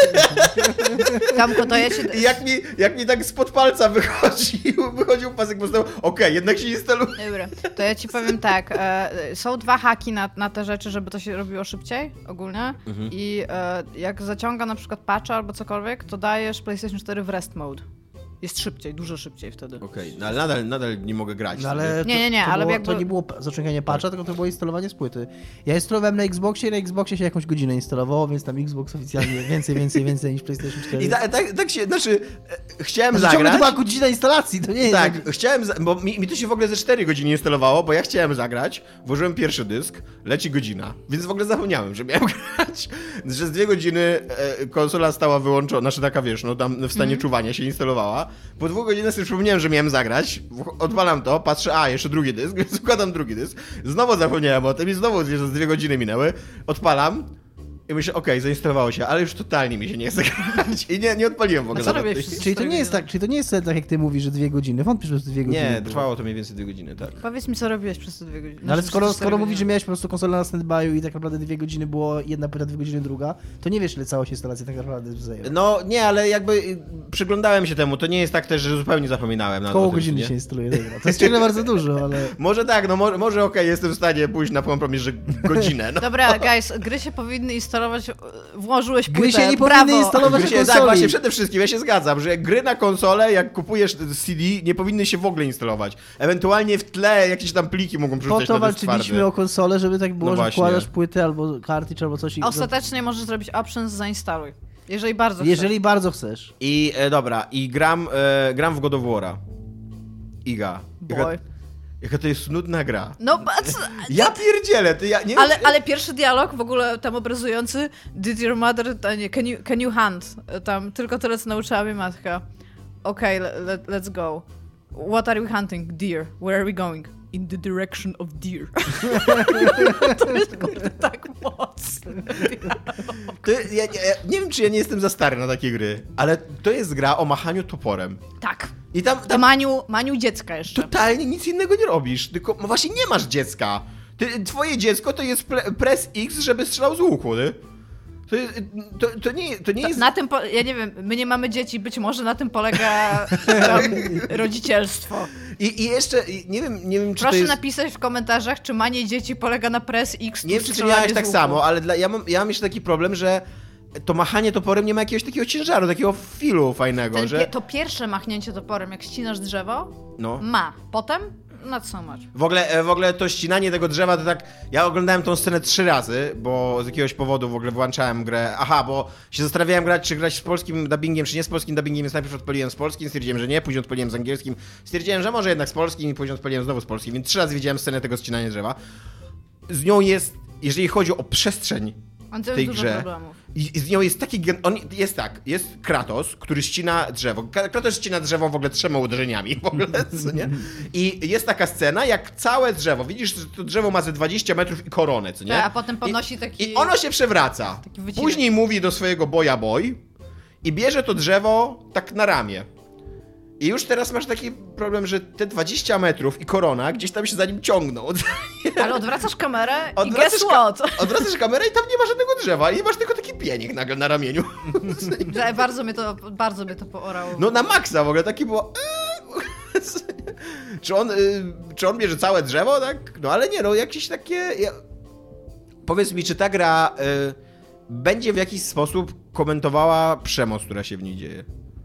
Kamko, to ja ci... I jak mi, jak mi tak spod palca wychodził, wychodził pasek, myślałem, okej, okay, jednak się instaluje. Dobra, to ja ci powiem tak. E, są dwa haki na, na te rzeczy, żeby to się robiło szybciej ogólnie. Mhm. I e, jak zaciąga na przykład patcha albo cokolwiek, to dajesz PlayStation cztery w rest mode. Jest szybciej, dużo szybciej wtedy. Okej, okay, no ale nadal, nadal nie mogę grać. No ale Nie, nie, nie, to, to ale było, jakby- to nie było zaciąganie patcha, tylko to było instalowanie z płyty. Ja instalowałem na Xboxie i na Xboxie się jakąś godzinę instalowało, więc tam Xbox oficjalnie więcej, więcej, więcej niż PlayStation cztery. I tak, tak, tak się, znaczy, e, chciałem Znaczy, ciągle zagrać. to była godzina instalacji, to nie jest... Tak, chciałem, za- bo mi, mi to się w ogóle ze cztery godziny instalowało, bo ja chciałem zagrać, włożyłem pierwszy dysk, leci godzina, więc w ogóle zapomniałem, że miałem grać. Przez dwie godziny e, konsola stała wyłączona, znaczy taka wiesz, no tam w stanie Mhm. czuwania się instalowała. Po dwóch godzinach sobie przypomniałem, że miałem zagrać, w- odpalam to, patrzę, a jeszcze drugi dysk, więc wkładam drugi dysk. Znowu zapomniałem o tym i znowu wiesz, z dwie godziny minęły, odpalam. I myślę, okej, okay, zainstalowało się, ale już totalnie mi się nie chce grać. I nie, nie odpaliłem w ogóle. A co nawet robisz tej- przez Czyli to nie jest tak, czyli to nie jest tak, jak ty mówisz, że dwie godziny. Wątpisz, że to dwie godziny. Nie, było. trwało to mniej więcej dwie godziny, tak. Powiedz mi, co robiłeś przez te dwie godziny. No ale Znaczy, skoro, przez cztery skoro mówisz, że godziny. miałeś po prostu konsolę na standby'u i tak naprawdę dwie godziny było jedna płyta, dwie godziny druga, to nie wiesz, ile całość instalacji tak naprawdę zajęła. No nie, ale jakby y, przyglądałem się temu, to nie jest tak też, że zupełnie zapominałem. Na Koło o tym, godziny nie? się instaluje, dobra. To jest ciągle bardzo dużo, ale... Może tak, no może, może okej, jestem w stanie pójść na kompromis, że godzinę. No. Dobra, guys, gry się powinny instalować, włożyłeś płytę, Gry się nie brawo. powinny instalować Gry na się, tak, konsoli. właśnie przede wszystkim, ja się zgadzam, że gry na konsolę, jak kupujesz C D, nie powinny się w ogóle instalować. Ewentualnie w tle jakieś tam pliki mogą Po przerzucać to na dysk walczyliśmy twardy. o konsolę, żeby tak było, No że właśnie. wkładasz płytę albo cartridge albo coś i... Ostatecznie możesz zrobić options zainstaluj. Jeżeli bardzo Jeżeli bardzo chcesz. I e, dobra, i gram, e, gram w God of War'a. Iga. Jaka, Boy. jaka to jest nudna gra. chcesz. No, a co- Ja pierdzielę, ty ja nie ale, ale pierwszy dialog w ogóle tam obrazujący Did your mother... a nie, Can you, can you hunt? Tam tylko tyle, co nauczyła mnie matka. Okej, okay, let, let's go. What are we hunting? Deer. Where are we going? In the direction of deer. To jest kurde tak mocne. Ty, ja, ja, ja nie wiem, czy ja nie jestem za stary na takie gry, ale to jest gra o machaniu toporem. Tak. I tam, To tam Maniu, Maniu dziecka jeszcze. totalnie nic innego nie robisz, tylko no właśnie nie masz dziecka. Ty, twoje dziecko to jest pre, press X, żeby strzelał z łuku, ty? To, jest, to, to nie, to nie To jest... na tym, po, ja nie wiem, my nie mamy dzieci, być może na tym polega tam, rodzicielstwo. I, I jeszcze, i nie wiem, nie wiem czy Proszę to jest... napisać w komentarzach, czy manie dzieci polega na press X. Nie wiem, czy ty miałeś tak samo, ale dla, ja, mam, ja mam jeszcze taki problem, że to machanie toporem nie ma jakiegoś takiego ciężaru, takiego filu fajnego, Ten, że... pie, to pierwsze machnięcie toporem, jak ścinasz drzewo, No. ma. Potem not so much. W ogóle, e, w ogóle to ścinanie tego drzewa to tak... Ja oglądałem tą scenę trzy razy, bo z jakiegoś powodu w ogóle włączałem grę. Aha, bo się zastanawiałem grać, czy grać z polskim dubbingiem, czy nie z polskim dubbingiem, więc najpierw odpaliłem z polskim, stwierdziłem, że nie, później odpaliłem z angielskim, stwierdziłem, że może jednak z polskim i później odpaliłem znowu z polskim, więc trzy razy widziałem scenę tego ścinania drzewa. Z nią jest, jeżeli chodzi o przestrzeń On to w tej jest dużo grze, problemów. i z nią jest taki... gen- On jest tak, jest Kratos, który ścina drzewo. Ka- Kratos ścina drzewo w ogóle trzema uderzeniami w ogóle, co nie? I jest taka scena, jak całe drzewo, widzisz, że to drzewo ma ze dwadzieścia metrów i koronę, co nie? Tak, a potem podnosi I, taki... I ono się przewraca. taki wycinek. Później mówi do swojego boja boy i bierze to drzewo tak na ramię. I już teraz masz taki problem, że te dwadzieścia metrów i korona gdzieś tam się za nim ciągną. Ale odwracasz kamerę i Odwracasz guess ka- what? Odwracasz kamerę i tam nie ma żadnego drzewa i masz tylko taki pienik nagle na ramieniu. Że bardzo mnie to, bardzo mnie to poorało. No na maksa w ogóle, takie było... Czy on, y, czy on bierze całe drzewo, tak? No ale nie, no jakieś takie... Ja... Powiedz mi, czy ta gra y, będzie w jakiś sposób komentowała przemoc, która się w niej dzieje?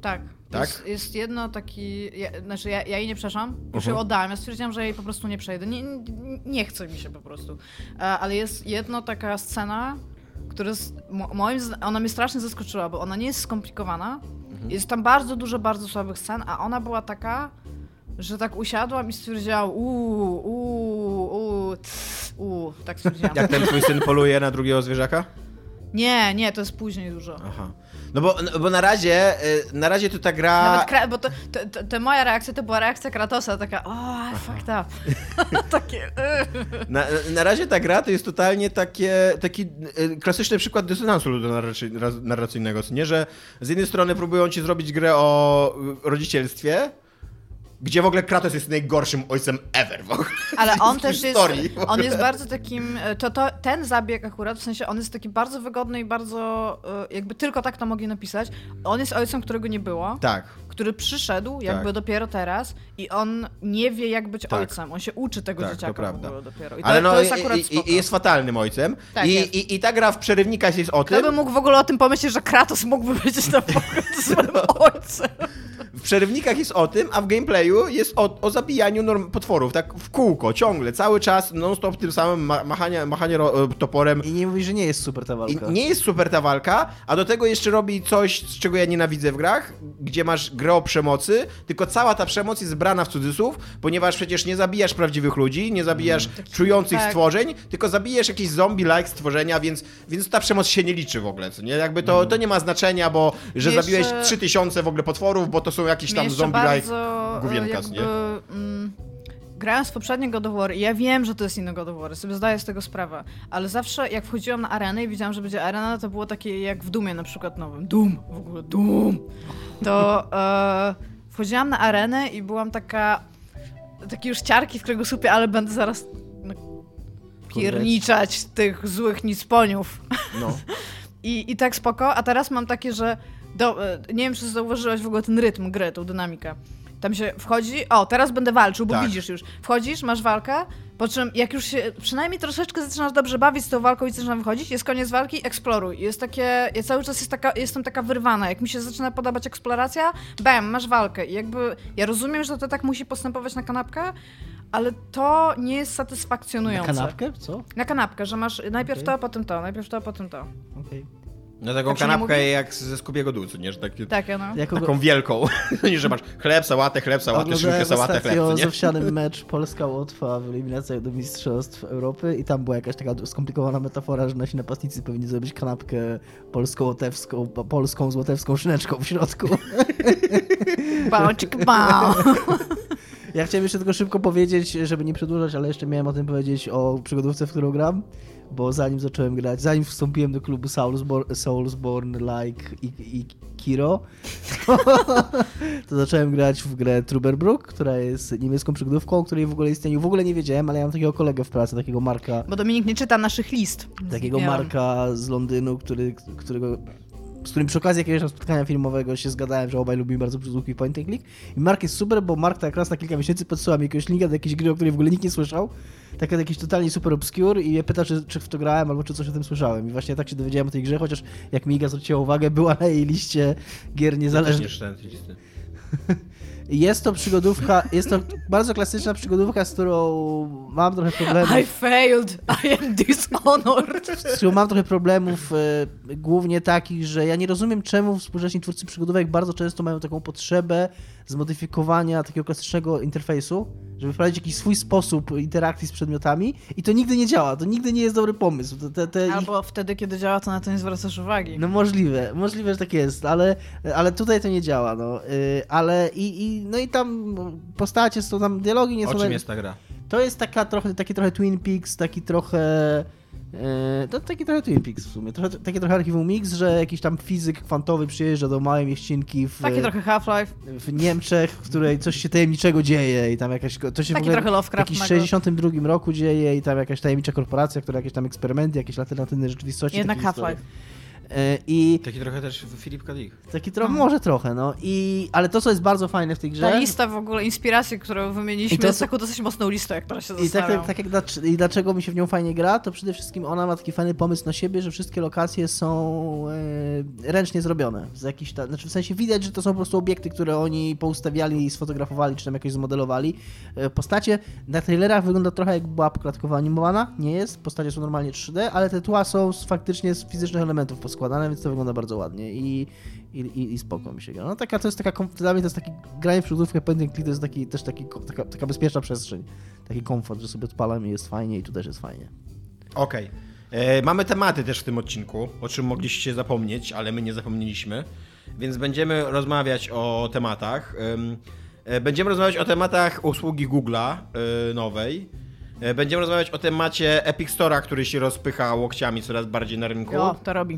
Tak. Tak? Jest, jest jedno taki... Ja, znaczy, ja, ja jej nie przeszłam, już Uh-huh. ją oddałam. Ja stwierdziłam, że jej po prostu nie przejdę. Nie, nie, nie chce mi się po prostu. E, ale jest jedno taka scena, która jest, mo, moim zdaniem, ona mnie strasznie zaskoczyła, bo ona nie jest skomplikowana. Mhm. Jest tam bardzo dużo bardzo słabych scen, a ona była taka, że tak usiadłam i stwierdziłam uuu, uuu, uuu, uuu, tak stwierdziłam. Jak ten twój syn poluje na drugiego zwierzaka? Nie, nie, to jest później dużo. Aha. No bo, no bo na razie, na razie to ta gra... Nawet kra- bo to, to, to, to moja reakcja to była reakcja Kratosa, taka o, I fucked up. Takie... Na, na razie ta gra to jest totalnie takie, taki klasyczny przykład dysonansu ludonarracyjnego, nie? Że z jednej strony próbują ci zrobić grę o rodzicielstwie, gdzie w ogóle Kratos jest najgorszym ojcem ever w ogóle. Ale on w też jest, historii, on jest bardzo takim, to, to, ten zabieg akurat, w sensie on jest taki bardzo wygodny i bardzo, jakby tylko tak to mogli napisać. On jest ojcem, którego nie było. Tak. Który przyszedł jakby tak. dopiero teraz i on nie wie, jak być tak. ojcem. On się uczy tego tak, dzieciaka to prawda. dopiero. I Ale to, no, to jest akurat i, i jest fatalnym ojcem. Tak I, jest. i, I ta gra w przerywnikach jest o Kto tym... by mógł w ogóle o tym pomyśleć, że Kratos mógłby być na swoim ojcem? W przerywnikach jest o tym, a w gameplayu jest o, o zabijaniu norm- potworów, tak w kółko, ciągle, cały czas, non-stop tym samym ma- machanie, machanie ro- toporem. I nie mówi, że nie jest super ta walka. I nie jest super ta walka, a do tego jeszcze robi coś, z czego ja nienawidzę w grach, gdzie masz grę o przemocy, tylko cała ta przemoc jest brana w cudzysłów, ponieważ przecież nie zabijasz prawdziwych ludzi, nie zabijasz mm, czujących tak. stworzeń, tylko zabijesz jakieś zombie-like stworzenia, więc, więc ta przemoc się nie liczy w ogóle, co nie? Jakby to, mm. to nie ma znaczenia, bo że jeszcze... zabiłeś trzy tysiące w ogóle potworów, bo to są jakieś tam zombie-like główienkas, nie? Mm, grając w poprzednie God of War i ja wiem, że to jest inny God of War, sobie zdaję z tego sprawę, ale zawsze jak wchodziłam na arenę i widziałam, że będzie arena, to było takie jak w Doomie na przykład nowym. Doom, w ogóle Doom. To e, wchodziłam na arenę i byłam taka, takie już ciarki w kręgosłupie, ale będę zaraz no, pierniczać tych złych nisponiów. No. I, I tak spoko, a teraz mam takie, że do, nie wiem, czy zauważyłaś w ogóle ten rytm gry, tą dynamikę. Tam się wchodzi, o, teraz będę walczył, bo tak. widzisz już. Wchodzisz, masz walkę, po czym jak już się przynajmniej troszeczkę zaczynasz dobrze bawić z tą walką i zaczynasz wychodzić, jest koniec walki, eksploruj. Jest takie, ja cały czas jest taka, jestem taka wyrwana. Jak mi się zaczyna podobać eksploracja, bam, masz walkę. I jakby, ja rozumiem, że to tak musi postępować na kanapkę, ale to nie jest satysfakcjonujące. Na kanapkę? Co? Na kanapkę, że masz najpierw okay. to, potem to, najpierw to, potem to. Okej. Okay. No taką tak kanapkę jak ze Skubiego Dół, nie? Że taki, tak, no. Taką jako... wielką. Nie, że masz chleb, sałatę, chleb, sałatę, szynkę, sałatę, chleb, nie? z owsianym mecz Polska-Łotwa w eliminacjach do Mistrzostw Europy i tam była jakaś taka skomplikowana metafora, że nasi napastnicy powinni zrobić kanapkę polsko-łotewską, polską z łotewską szyneczką w środku. Bałczyk, bał. Ja chciałem jeszcze tylko szybko powiedzieć, żeby nie przedłużać, ale jeszcze miałem o tym powiedzieć o przygodówce, w którą gram, bo zanim zacząłem grać, zanim wstąpiłem do klubu Soulsborne, Soulsborne like i, i Kiro, to zacząłem grać w grę Trüberbrook, która jest niemiecką przygodówką, o której w ogóle istnieniu w ogóle nie wiedziałem, ale ja mam takiego kolegę w pracy, takiego Marka. Bo Dominik nie czyta naszych list. Takiego nie Marka z Londynu, który, którego... z którym przy okazji jakiegoś spotkania filmowego się zgadałem, że obaj lubimy bardzo przygodówki point and click. I Mark jest super, bo Mark tak raz na kilka miesięcy podsyła mi jakiegoś linka do jakiejś gry, o której w ogóle nikt nie słyszał. Taka jakiś totalnie super obscure i mnie pyta, czy, czy w to grałem, albo czy coś o tym słyszałem. I właśnie tak się dowiedziałem o tej grze, chociaż jak mi Iga zwróciła uwagę, była na jej liście gier niezależnych. Jest to przygodówka, jest to bardzo klasyczna przygodówka, z którą mam trochę problemów. I failed, I am dishonored. Z którą mam trochę problemów, e, głównie takich, że ja nie rozumiem, czemu współcześni twórcy przygodówek bardzo często mają taką potrzebę zmodyfikowania takiego klasycznego interfejsu, żeby wprowadzić jakiś swój sposób interakcji z przedmiotami i to nigdy nie działa, to nigdy nie jest dobry pomysł. Te, te, te Albo ich... wtedy, kiedy działa, to na to nie zwracasz uwagi. No możliwe, możliwe, że tak jest, ale, ale tutaj to nie działa, no. Yy, ale i, i, no i tam postacie są, tam dialogi nie o są... O czym jest ta gra? To jest taka trochę, taki trochę Twin Peaks, taki trochę... Yy, to taki trochę Twin Peaks w sumie, trochę, taki trochę Archiwum Mix, że jakiś tam fizyk kwantowy przyjeżdża do małej mieścinki w... Taki trochę Half-Life. W Niemczech, w której coś się tajemniczego dzieje i tam jakaś... To się taki w ogóle trochę Lovecraft. w jakimś sześćdziesiątym drugim roku dzieje i tam jakaś tajemnicza korporacja, która jakieś tam eksperymenty, jakieś alternatywne rzeczywistości. Jednak Half-Life. I Taki trochę też Filip K. Dick. taki trochę, może trochę, no. I, ale to, co jest bardzo fajne w tej grze... Ta lista w ogóle inspiracji, którą wymieniliśmy, I to, jest taką dosyć mocną listą, jak teraz się I tak, zastanawiam. tak, tak jak dla, i dlaczego mi się w nią fajnie gra, to przede wszystkim ona ma taki fajny pomysł na siebie, że wszystkie lokacje są e, ręcznie zrobione. Z jakiś ta, znaczy w sensie widać, że to są po prostu obiekty, które oni poustawiali, sfotografowali, czy tam jakoś zmodelowali. E, postacie na trailerach wygląda trochę jak była klatkowa animowana, nie jest, postacie są normalnie trzy D, ale te tła są z, faktycznie z fizycznych elementów poskładane, więc to wygląda bardzo ładnie i, i, i, i spoko mi się gra. No taka, to jest taka, dla mnie to jest taki, granie w przodówkę point and click to jest taki, też taki, taka, taka bezpieczna przestrzeń, taki komfort, że sobie odpalam i jest fajnie i tu też jest fajnie. Okej. Okay. Mamy tematy też w tym odcinku, o czym mogliście zapomnieć, ale my nie zapomnieliśmy, więc będziemy rozmawiać o tematach. Będziemy rozmawiać o tematach usługi Google'a nowej. Będziemy rozmawiać o temacie Epic Store'a, który się rozpycha łokciami coraz bardziej na rynku. O, to robi.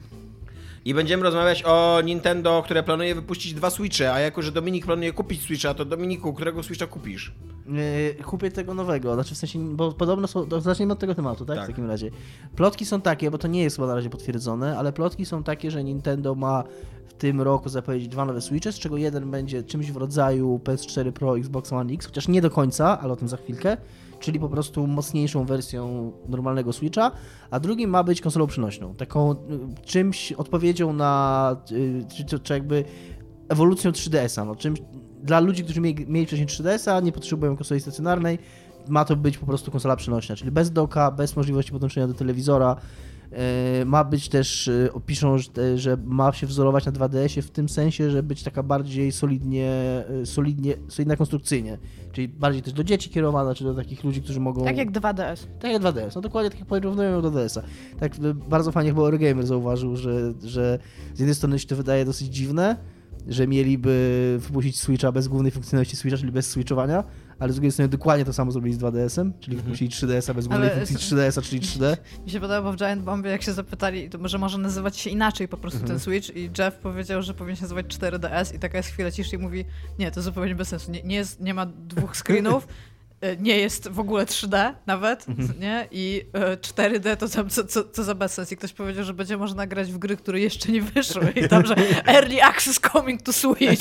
I będziemy rozmawiać o Nintendo, które planuje wypuścić dwa Switche, a jako, że Dominik planuje kupić Switcha, to Dominiku, którego Switcha kupisz? Yy, kupię tego nowego, znaczy w sensie, bo podobno są, zacznijmy od tego tematu, tak? tak? W takim razie. Plotki są takie, bo to nie jest chyba na razie potwierdzone, ale plotki są takie, że Nintendo ma w tym roku zapowiedzieć dwa nowe Switche, z czego jeden będzie czymś w rodzaju P S cztery Pro, Xbox One X, chociaż nie do końca, ale o tym za chwilkę, czyli po prostu mocniejszą wersją normalnego Switcha, a drugi ma być konsolą przenośną, taką czymś odpowiedzią na, czy, czy jakby ewolucją trzy D S a, no czymś dla ludzi, którzy mieli, mieli wcześniej trzy D S a, nie potrzebują konsoli stacjonarnej, ma to być po prostu konsola przenośna, czyli bez docka, bez możliwości podłączenia do telewizora. Yy, ma być też, yy, piszą, że, że ma się wzorować na dwa D S ie w tym sensie, że być taka bardziej solidnie, yy, solidnie, solidna konstrukcyjnie, czyli bardziej też do dzieci kierowana, czy do takich ludzi, którzy mogą... Tak jak dwa D S. Tak jak dwa D S, no dokładnie tak jak porównują do D S a. Tak yy, bardzo fajnie chyba Eurogamer zauważył, że, że z jednej strony się to wydaje dosyć dziwne, że mieliby wypuścić Switcha bez głównej funkcjonalności Switcha, czyli bez switchowania, ale z drugiej strony dokładnie to samo zrobili z dwa D S em, czyli wypuścili trzy D S a bez głównej Ale funkcji s- trzy D S a, czyli trzy D. Mi się podoba, bo w Giant Bombie, jak się zapytali, to może może nazywać się inaczej po prostu Mhm. ten Switch i Jeff powiedział, że powinien się nazywać cztery D S i taka jest chwila ciszy i mówi, nie, to zupełnie bez sensu, nie, nie, jest, nie ma dwóch screenów, nie jest w ogóle trzy D nawet, Mhm. nie? I y, cztery D to co, co, co za bezsens. I ktoś powiedział, że będzie można grać w gry, które jeszcze nie wyszły. I tam, że Early Access coming to Switch.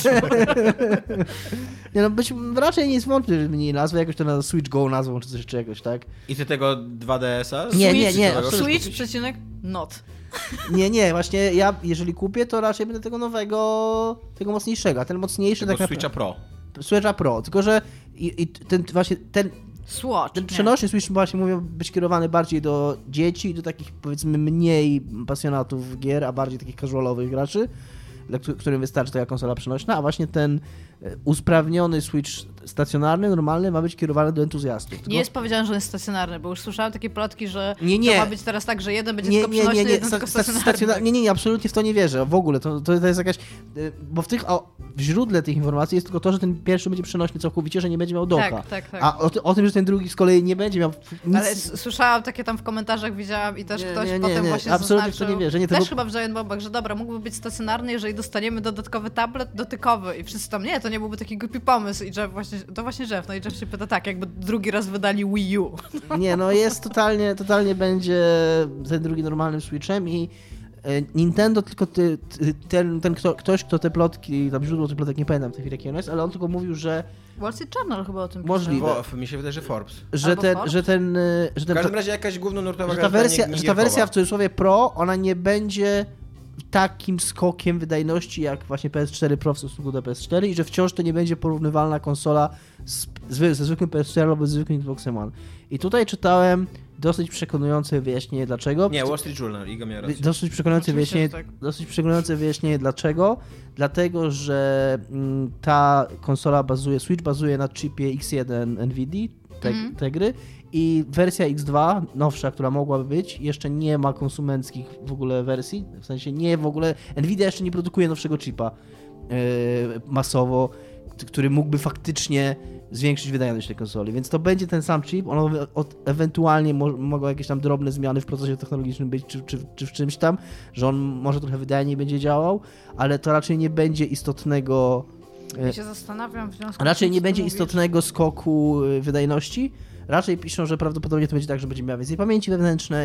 Nie no, być, raczej nie zwątpię, że zmienili nazwę, jakoś to na Switch Go nazwą, czy coś, czy jakoś, tak? I ty tego dwa D S a? Nie, nie, nie, Switch, absolutnie. Switch, przecinek, not. Nie, nie, właśnie ja, jeżeli kupię, to raczej będę tego nowego, tego mocniejszego, a ten mocniejszy Tego tak Switcha Pro. Switcha Pro, tylko że i, i ten właśnie, ten, Swatch. ten nie. przenośny Switch właśnie mówią być kierowany bardziej do dzieci, do takich powiedzmy mniej pasjonatów gier, a bardziej takich casualowych graczy, dla któ- którym wystarczy taka konsola przenośna, a właśnie ten e, usprawniony Switch stacjonarny, normalny ma być kierowany do entuzjastów. Tylko... Nie jest powiedziane, że on jest stacjonarny, bo już słyszałam takie plotki, że Nie, nie. to ma być teraz tak, że jeden będzie Nie, tylko nie, przenośny, nie, nie, jeden sta- tylko sta- stacjonarny. stacjonar- nie, nie, nie, absolutnie w to nie wierzę, w ogóle, to, to, to jest jakaś, y, bo w tych, o, w źródle tych informacji jest tylko to, że ten pierwszy będzie przenośny całkowicie, że nie będzie miał doka, Tak, tak, tak. a o, ty, o tym, że ten drugi z kolei nie będzie miał nic... Ale s- słyszałam takie tam w komentarzach, widziałam i też Nie, ktoś nie, nie, potem nie, właśnie absolutnie w to zaznaczył, nie wierzę. Nie, to też był- chyba w Giant Bombach, że dobra, mógłby być stacjonarny, jeżeli dostaniemy dodatkowy tablet dotykowy i wszyscy tam, nie, to nie byłby taki głupi pomysł i Jeff właśnie, to właśnie Jeff, no i Jeff się pyta tak, jakby drugi raz wydali Wii U. Nie, no jest totalnie, totalnie będzie ten drugi normalnym Switchem i e, Nintendo tylko ty, ty, ten, ten kto, ktoś, kto te plotki, tam źródło tych plotek, nie pamiętam w tej chwili jaki on jest, ale on tylko mówił, że, Wall Street Journal chyba o tym pisze. Możliwe. Wo, mi się wydaje, że Forbes. że Albo ten, Forbes? że ten, e, że W ten każdym razie jakaś głównonurtowa że ta gazeta wersja, nie- że ta wersja w niegierkowa. cudzysłowie Pro, ona nie będzie takim skokiem wydajności jak właśnie P S cztery Pro w stosunku do P S cztery i że wciąż to nie będzie porównywalna konsola z, z, ze zwykłym P S cztery albo ze zwykłym Xboxem One. I tutaj czytałem dosyć przekonujące wyjaśnienie dlaczego. Nie, Wall Street Journal, Iga miała rację. Dosyć przekonujące Oczywiście, wyjaśnienie, że tak. dosyć przekonujące wyjaśnienie dlaczego. Dlatego, że mm, ta konsola bazuje, Switch bazuje na chipie X jeden Nvidia, te, Mhm. te gry, i wersja X dwa, nowsza, która mogłaby być, jeszcze nie ma konsumenckich w ogóle wersji, w sensie nie w ogóle, Nvidia jeszcze nie produkuje nowszego chipa yy, masowo, k- który mógłby faktycznie zwiększyć wydajność tej konsoli, więc to będzie ten sam chip, ono od, ewentualnie mo, mogą jakieś tam drobne zmiany w procesie technologicznym być, czy, czy, czy w czymś tam, że on może trochę wydajniej będzie działał, ale to raczej nie będzie istotnego, Ja się zastanawiam w związku z raczej tym, nie co będzie mówisz. istotnego skoku y, wydajności. Raczej piszą, że prawdopodobnie to będzie tak, że będzie miała więcej pamięci wewnętrznej,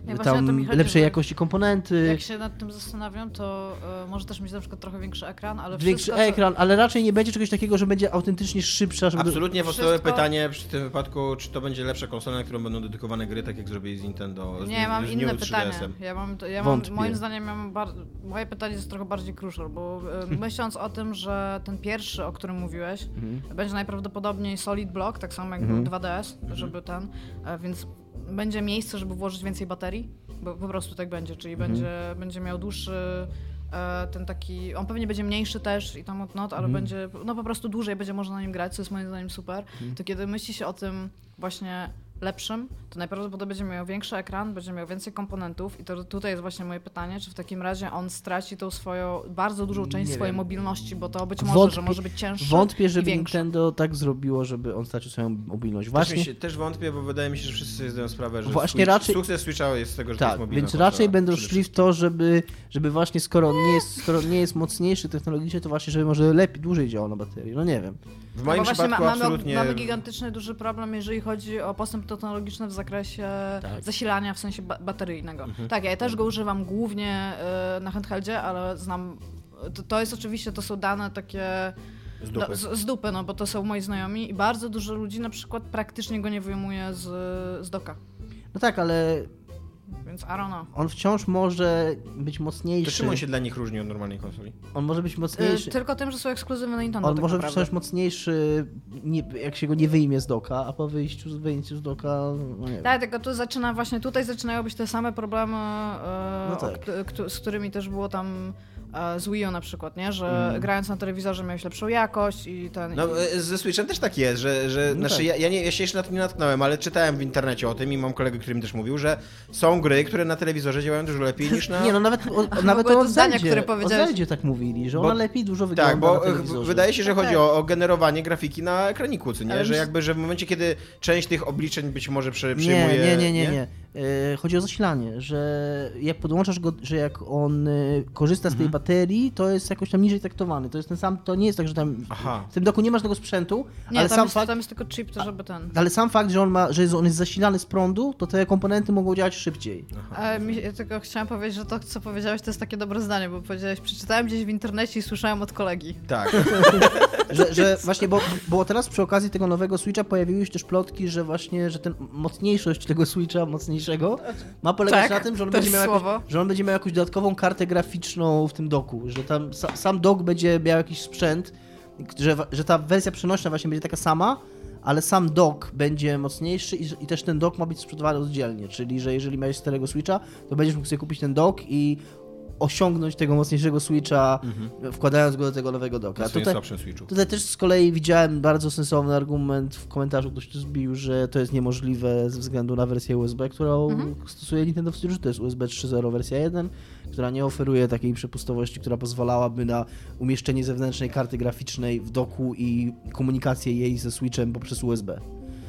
Ja tam chodzi, lepszej jakości komponenty. Jak się nad tym zastanawiam, to y, może też mieć na przykład trochę większy ekran, ale Większy wszystko, ekran, ale raczej nie będzie czegoś takiego, że będzie autentycznie szybsza. Żeby... Absolutnie podstawowe Wszystko... pytanie przy tym wypadku, czy to będzie lepsza konsola, na którą będą dedykowane gry, tak jak zrobili z Nintendo. Z, Nie, ja mam z inne New pytanie. trzy D S-em. Ja mam, ja mam, Wątpię. moim zdaniem ja mam bar... moje pytanie jest trochę bardziej crucial, bo y, myśląc o tym, że ten pierwszy, o którym mówiłeś, Mhm. będzie najprawdopodobniej solid block, tak samo jak Mhm. był dwa D S, żeby ten, e, więc będzie miejsce, żeby włożyć więcej baterii, bo po prostu tak będzie, czyli Mhm. będzie, będzie miał dłuższy e, ten taki, on pewnie będzie mniejszy też i tam whatnot, ale Mhm. będzie, no po prostu dłużej będzie można na nim grać, co jest moim zdaniem super. Mhm. To kiedy myśli się o tym właśnie lepszym, to najprawdopodobniej będzie miał większy ekran, będzie miał więcej komponentów i to tutaj jest właśnie moje pytanie, czy w takim razie on straci tą swoją, bardzo dużą część Nie swojej wiem. mobilności, bo to być może, Wątpię- że może być cięższy Wątpię, i żeby większy. Nintendo tak zrobiło, żeby on stracił swoją mobilność. Też, Właśnie, mi się, też wątpię, bo wydaje mi się, że wszyscy sobie zdają sprawę, że Właśnie Switch, raczej- sukces Switcha jest z tego, że to jest tak, mobilna więc konsola, raczej będą przede szli w wszystkim. to, żeby, żeby właśnie skoro on nie jest, skoro nie jest mocniejszy technologicznie, to właśnie, żeby może lepiej, dłużej działał na baterii. No nie wiem. W No moim bo właśnie przypadku ma, mamy, absolutnie... mamy gigantyczny, duży problem, jeżeli chodzi o postęp technologiczny w zakresie Tak. zasilania, w sensie ba- bateryjnego. Mhm. Tak, ja też go używam głównie y, na handheldzie, ale znam, to, to jest oczywiście, to są dane takie Z dupy. no, z, z dupy, no bo to są moi znajomi i bardzo dużo ludzi na przykład praktycznie go nie wyjmuje z, z doka, No tak, ale więc I don't know. on wciąż może być To mocniejszy. czym on się dla nich różni od normalnej konsoli? On może być Y, mocniejszy. tylko tym, że są ekskluzywy na Nintendo On tak może być naprawdę. wciąż mocniejszy, nie, jak się go nie wyjmie z doka, a po wyjściu z wyjściu z doka, no nie wiem. Tak, tylko tu zaczyna właśnie, tutaj zaczynają być te same problemy, e, No tak. o, k- k- z którymi też było tam e, z Wii U na przykład, nie? Że Mm. grając na telewizorze miałeś lepszą jakość i ten... No, i... e, ze Switchem też tak jest, że, że No znaczy tak. ja, ja, nie, ja się jeszcze na to nie natknąłem, ale czytałem w internecie o tym i mam kolegę, który mi też mówił, że są gry, które na telewizorze działają dużo lepiej niż na... Nie, no nawet, o, nawet ogóle o to zdania, Zeldzie, które o powiedziałeś. Zeldzie tak mówili, że Bo- ona lepiej dużo wygląda Tak, bo na e, telewizorze. wydaje się, że Tak, chodzi tak. o, o generowanie grafiki na ekraniku, co nie? Ale Że mi- jakby, że w momencie, kiedy część tych obliczeń być może przy, Nie, przyjmuje... nie, nie, nie, nie. E, Chodzi o zasilanie, że jak podłączasz go, że jak on e, korzysta z tej Mhm. baterii, to jest jakoś tam niżej traktowany. To jest ten sam, to nie jest tak, że tam Aha. w tym doku nie masz tego sprzętu, Nie, ale tam, sam jest, fakt, tam jest tylko chip, to żeby ten... ale sam fakt, że on ma, że jest, on jest zasilany z prądu, to te komponenty mogą działać szybciej. E, mi, ja tylko chciałam powiedzieć, że to, co powiedziałeś, to jest takie dobre zdanie, bo powiedziałeś, przeczytałem gdzieś w internecie i słyszałem od kolegi. Tak. Że, że właśnie, bo, bo teraz przy okazji tego nowego Switcha pojawiły się też plotki, że właśnie, że ten mocniejszość tego Switcha, mocniejszego, ma polegać Tak, na tym, że on, to będzie jest miał jakąś, słowo. że on będzie miał jakąś dodatkową kartę graficzną w tym doku, że tam sa, sam dok będzie miał jakiś sprzęt, że, że ta wersja przenośna właśnie będzie taka sama, ale sam dock będzie mocniejszy i, i też ten dock ma być sprzedawany oddzielnie, czyli że jeżeli miałeś starego Switcha, to będziesz mógł sobie kupić ten dock i osiągnąć tego mocniejszego Switcha, Mhm. wkładając go do tego nowego docka. Na A swoim tutaj, słabszym Switchu. tutaj też z kolei widziałem bardzo sensowny argument w komentarzu, ktoś tu zbił, że to jest niemożliwe ze względu na wersję U S B, którą Mhm. stosuje Nintendo w stylu, że to jest U S B trzy zero wersja jeden, która nie oferuje takiej przepustowości, która pozwalałaby na umieszczenie zewnętrznej karty graficznej w doku i komunikację jej ze Switchem poprzez U S B.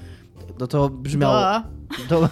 No to brzmiało... Da. To...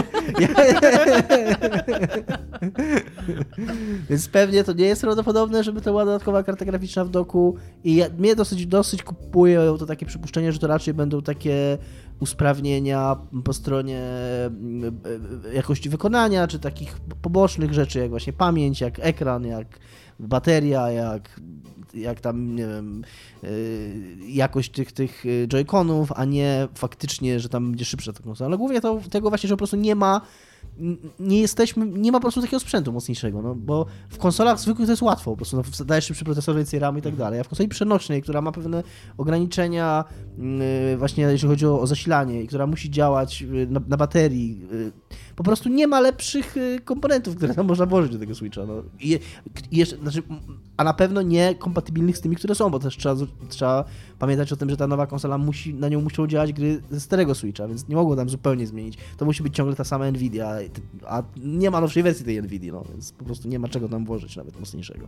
Więc pewnie to nie jest prawdopodobne, żeby to była dodatkowa karta graficzna w doku i ja, mnie dosyć, dosyć kupuje to takie przypuszczenie, że to raczej będą takie usprawnienia po stronie mm, e, jakości wykonania, czy takich pobocznych rzeczy, jak właśnie pamięć, jak ekran, jak bateria, jak jak tam, nie wiem, yy, jakość tych, tych Joy-Conów, a nie faktycznie, że tam będzie szybsza ta konsola. Ale głównie to tego właśnie, że po prostu nie ma nie jesteśmy, nie ma po prostu takiego sprzętu mocniejszego, no, bo w konsolach zwykłych to jest łatwo, po prostu no, dajesz szybszy procesor, więcej RAM i tak dalej, a w konsoli przenośnej, która ma pewne ograniczenia yy, właśnie jeżeli chodzi o, o zasilanie i która musi działać yy, na, na baterii, yy, po prostu nie ma lepszych yy, komponentów, które tam można włożyć do tego Switcha, no. I, i jeszcze, znaczy, a na pewno nie kompatybilnych z tymi, które są, bo też trzeba, trzeba pamiętać o tym, że ta nowa konsola musi, na nią muszą działać gry ze starego Switcha, więc nie mogło tam zupełnie zmienić. To musi być ciągle ta sama Nvidia, a nie ma nowszej wersji tej Nvidii, no, więc po prostu nie ma czego tam włożyć nawet mocniejszego.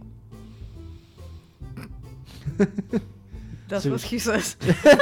That's what he says.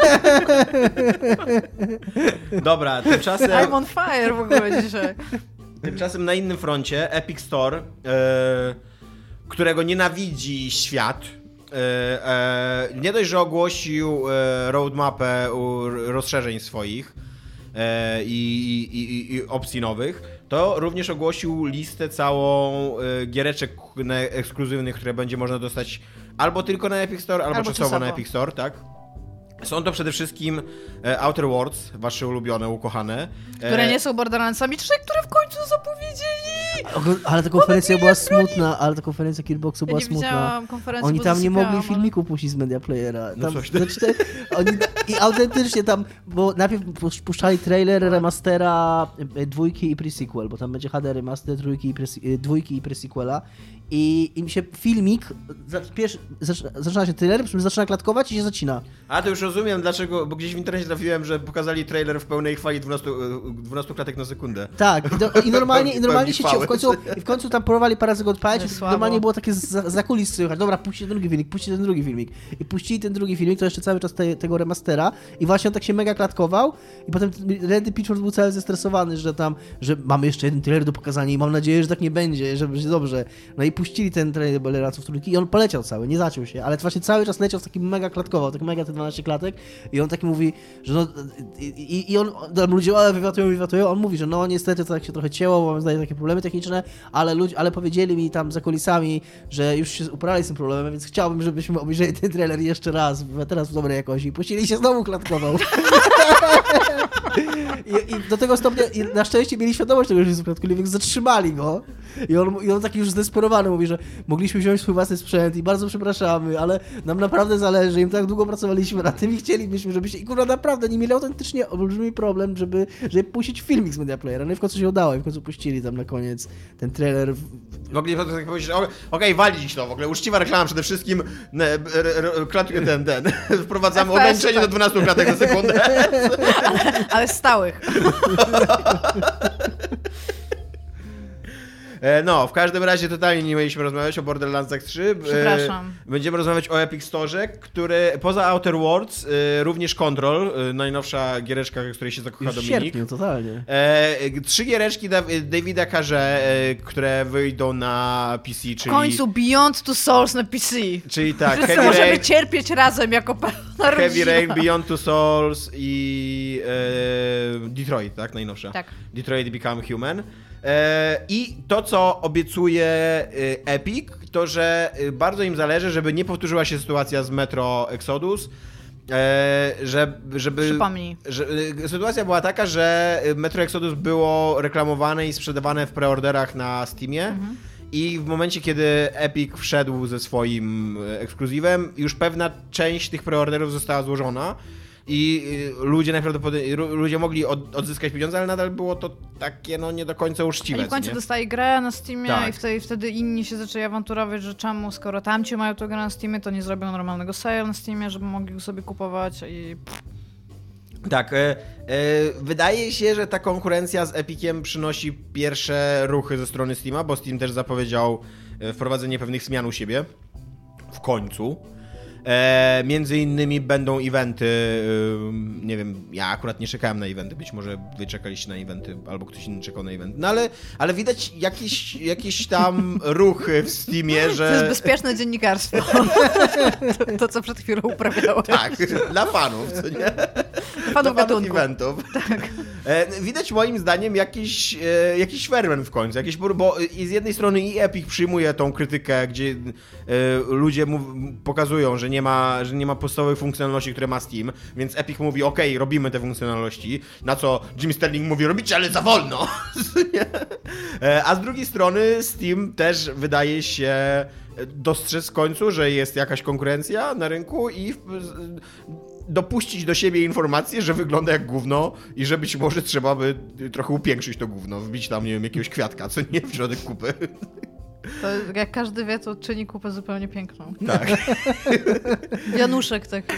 Dobra, tymczasem... I'm on fire w ogóle dzisiaj. Tymczasem na innym froncie Epic Store, e, którego nienawidzi świat, e, e, nie dość, że ogłosił e, roadmapę u, rozszerzeń swoich e, i, i, i opcji nowych, to to również ogłosił listę całą y, giereczek ekskluzywnych, które będzie można dostać albo tylko na Epic Store, albo, albo czasowo, czasowo na Epic Store, tak? Są to przede wszystkim e, Outer Worlds, wasze ulubione, ukochane. E... Które nie są Borderlandsami trzy, które w końcu zapowiedzieli! Ale ta konferencja była smutna, ale ta konferencja Gearboxu była ja nie smutna. Konferencji, oni tam nie mogli ale... filmiku puścić z Media Playera. Tam, no coś znaczy, oni, I autentycznie tam, bo najpierw puszczali trailer remastera dwójki i pre-sequel, bo tam będzie H D remaster trójki i pre- dwójki i pre-sequela. I im się filmik, pierwszy, zaczyna się trailer, zaczyna klatkować i się zacina. A to już rozumiem dlaczego, bo gdzieś w internecie trafiłem, że pokazali trailer w pełnej chwali dwanaście klatek na sekundę. Tak, i, do, i normalnie, i normalnie się w końcu, i w końcu tam próbowali parę sekund odpalić i normalnie było takie za, za kulis słychać. Dobra, puśćcie ten drugi filmik, puśćcie ten drugi filmik. I puścili ten drugi filmik, to jeszcze cały czas te, tego remastera i właśnie on tak się mega klatkował i potem Randy Pitchford był cały zestresowany, że tam, że mamy jeszcze jeden trailer do pokazania i mam nadzieję, że tak nie będzie, że będzie dobrze. No i puścili ten trailer Borderlandsów trójki i on poleciał cały, nie zaciął się, ale właśnie cały czas leciał z takim mega klatkował, tak mega te dwanaście klatek i on taki mówi, że no i, i on, tam ludzie ale wywiatują, wywiatują, on mówi, że no niestety to tak się trochę cięło, bo mam zdaje takie problemy techniczne, ale ludzie, ale powiedzieli mi tam za kulisami, że już się uporali z tym problemem, więc chciałbym, żebyśmy obejrzeli ten trailer jeszcze raz, teraz w dobrej jakości i puścili się znowu klatkował. I, I do tego stopnia, i na szczęście mieli świadomość tego, że jest klatkuli, więc zatrzymali go. I on, I on taki już zdesperowany mówi, że mogliśmy wziąć swój własny sprzęt i bardzo przepraszamy, ale nam naprawdę zależy, im tak długo pracowaliśmy na tym i chcielibyśmy, żeby się... I kurwa naprawdę nie mieli autentycznie olbrzymi problem, żeby, żeby puścić filmik z Media Playera. No i w końcu się udało i w końcu puścili tam na koniec ten trailer. Mogli tak powiedzieć, że okej, okay, walić to w ogóle, uczciwa reklama przede wszystkim, ne, r, r, klatkę ten, ten, wprowadzamy F P S ograniczenie tak. do dwanaście klatek na sekundę. ale, ale stałych. No, w każdym razie totalnie nie mieliśmy rozmawiać o Borderlandsach trzy. Przepraszam. Będziemy rozmawiać o Epic Store, który poza Outer Worlds, również Control, najnowsza giereczka, w której się zakocha Już Dominik. W sierpniu, totalnie. Trzy giereczki Davida Carze, które wyjdą na P C, czyli... W końcu Beyond Two Souls na P C. Czyli tak, Heavy Heavy możemy Rain, cierpieć razem jako pełna Heavy rodzina. Rain, Beyond Two Souls i e, Detroit, tak? Najnowsza. Tak. Detroit Become Human. I to, co obiecuje Epic, to, że bardzo im zależy, żeby nie powtórzyła się sytuacja z Metro Exodus. Że, żeby, Przypomnij. Że, sytuacja była taka, że Metro Exodus było reklamowane i sprzedawane w preorderach na Steamie. Mhm. I w momencie, kiedy Epic wszedł ze swoim ekskluzywem, już pewna część tych preorderów została złożona. I ludzie najprawdopodobniej ludzie mogli od, odzyskać pieniądze, ale nadal było to takie no nie do końca uczciwe. I w końcu nie? dostali grę na Steamie tak. i wtedy, wtedy inni się zaczęli awanturować, że czemu, skoro tamci mają tę grę na Steamie, to nie zrobią normalnego sale na Steamie, żeby mogli sobie kupować i... Tak, e, e, wydaje się, że ta konkurencja z Epiciem przynosi pierwsze ruchy ze strony Steama, bo Steam też zapowiedział wprowadzenie pewnych zmian u siebie. W końcu. E, między innymi będą eventy, e, nie wiem, ja akurat nie czekałem na eventy, być może wy czekaliście na eventy, albo ktoś inny czekał na eventy, no ale, ale widać jakieś, jakieś tam ruchy w Steamie, że... To jest bezpieczne dziennikarstwo. to, to, co przed chwilą uprawiałeś. Tak, dla fanów, co nie? Dla fanów gatunku. Eventów. Tak. E, widać moim zdaniem jakiś, e, jakiś ferment w końcu, jakiś, bo i z jednej strony i Epic przyjmuje tą krytykę, gdzie e, ludzie mu pokazują, że nie ma, że nie ma podstawowych funkcjonalności, które ma Steam, więc Epic mówi, okej, okay, robimy te funkcjonalności, na co Jim Sterling mówi, robicie, ale za wolno. A z drugiej strony Steam też wydaje się dostrzec w końcu, że jest jakaś konkurencja na rynku i dopuścić do siebie informację, że wygląda jak gówno i że być może trzeba by trochę upiększyć to gówno, wbić tam, nie wiem, jakiegoś kwiatka, co nie, w środek kupy. To jak każdy wie, to czyni kupę zupełnie piękną. Tak. Januszek taki.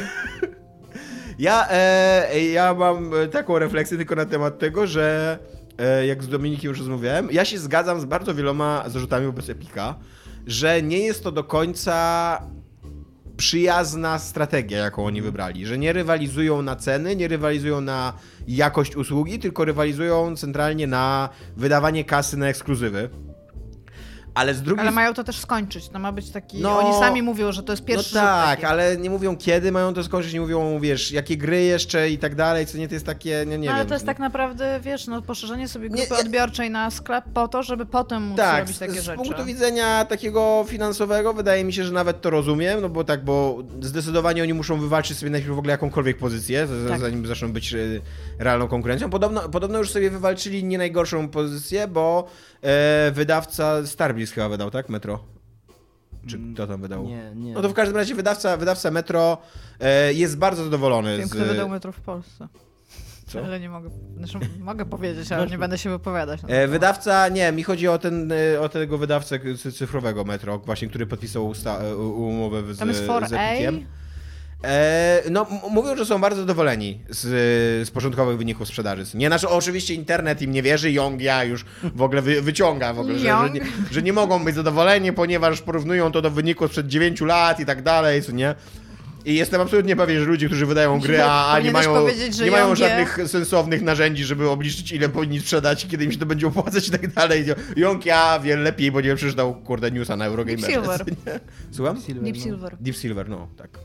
Ja, e, ja mam taką refleksję tylko na temat tego, że e, jak z Dominikiem już rozmawiałem, ja się zgadzam z bardzo wieloma zarzutami wobec Epica, że nie jest to do końca przyjazna strategia, jaką oni wybrali, że nie rywalizują na ceny, nie rywalizują na jakość usługi, tylko rywalizują centralnie na wydawanie kasy na ekskluzywy. Ale z drugiej Ale mają to też skończyć, to ma być taki... No, oni sami mówią, że to jest pierwszy No tak, rzut taki. ale nie mówią kiedy mają to skończyć, nie mówią, wiesz, jakie gry jeszcze i tak dalej, co nie, to jest takie, nie, nie no, wiem. ale to jest tak naprawdę, wiesz, no poszerzenie sobie grupy Nie, nie. odbiorczej na sklep po to, żeby potem móc Tak, robić takie z, rzeczy. z punktu widzenia takiego finansowego wydaje mi się, że nawet to rozumiem, no bo tak, bo zdecydowanie oni muszą wywalczyć sobie najpierw w ogóle jakąkolwiek pozycję, z- Tak. zanim zaczną być e, realną konkurencją. Podobno, podobno już sobie wywalczyli nie najgorszą pozycję, bo e, wydawca Starbreeze chyba wydał, tak? Metro. Czy kto tam wydał? Nie, nie. No to w każdym razie wydawca, wydawca Metro e, jest bardzo zadowolony Wiem, z... kto wydał Metro w Polsce. Co? Ale nie mogę, znaczy mogę powiedzieć, ale nie będę się wypowiadać. Na ten E, temat. wydawca, nie, mi chodzi o ten, e, o tego wydawcę cy- cyfrowego Metro, właśnie, który podpisał usta- e, umowę z, Tam jest four z A. Epiciem. E, no, m- mówią, że są bardzo zadowoleni z, z początkowych wyników sprzedaży. Nie, znaczy oczywiście internet im nie wierzy, Yongia już w ogóle wy, wyciąga w ogóle, że, że, Yong. nie, że nie mogą być zadowoleni, ponieważ porównują to do wyników sprzed dziewięciu lat i tak dalej, co nie? I jestem absolutnie pewien, że ludzie, którzy wydają gry, a, a nie Powinieneś mają, powiedzieć, że nie mają Yongie- żadnych sensownych narzędzi, żeby obliczyć, ile powinni sprzedać, kiedy im się to będzie opłacać i tak dalej. Yongia wie lepiej, bo nie przeczytał, kurde, newsa na Eurogamerze. Deep Silver. Nie? Słucham? Silver, Deep no. Silver. Deep Silver, no, tak.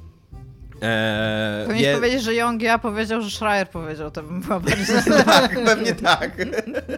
Eee, Powinieneś wie- powiedzieć, że Yongia powiedział, że Schreier powiedział, to bym była bardziej tak, pewnie tak. E,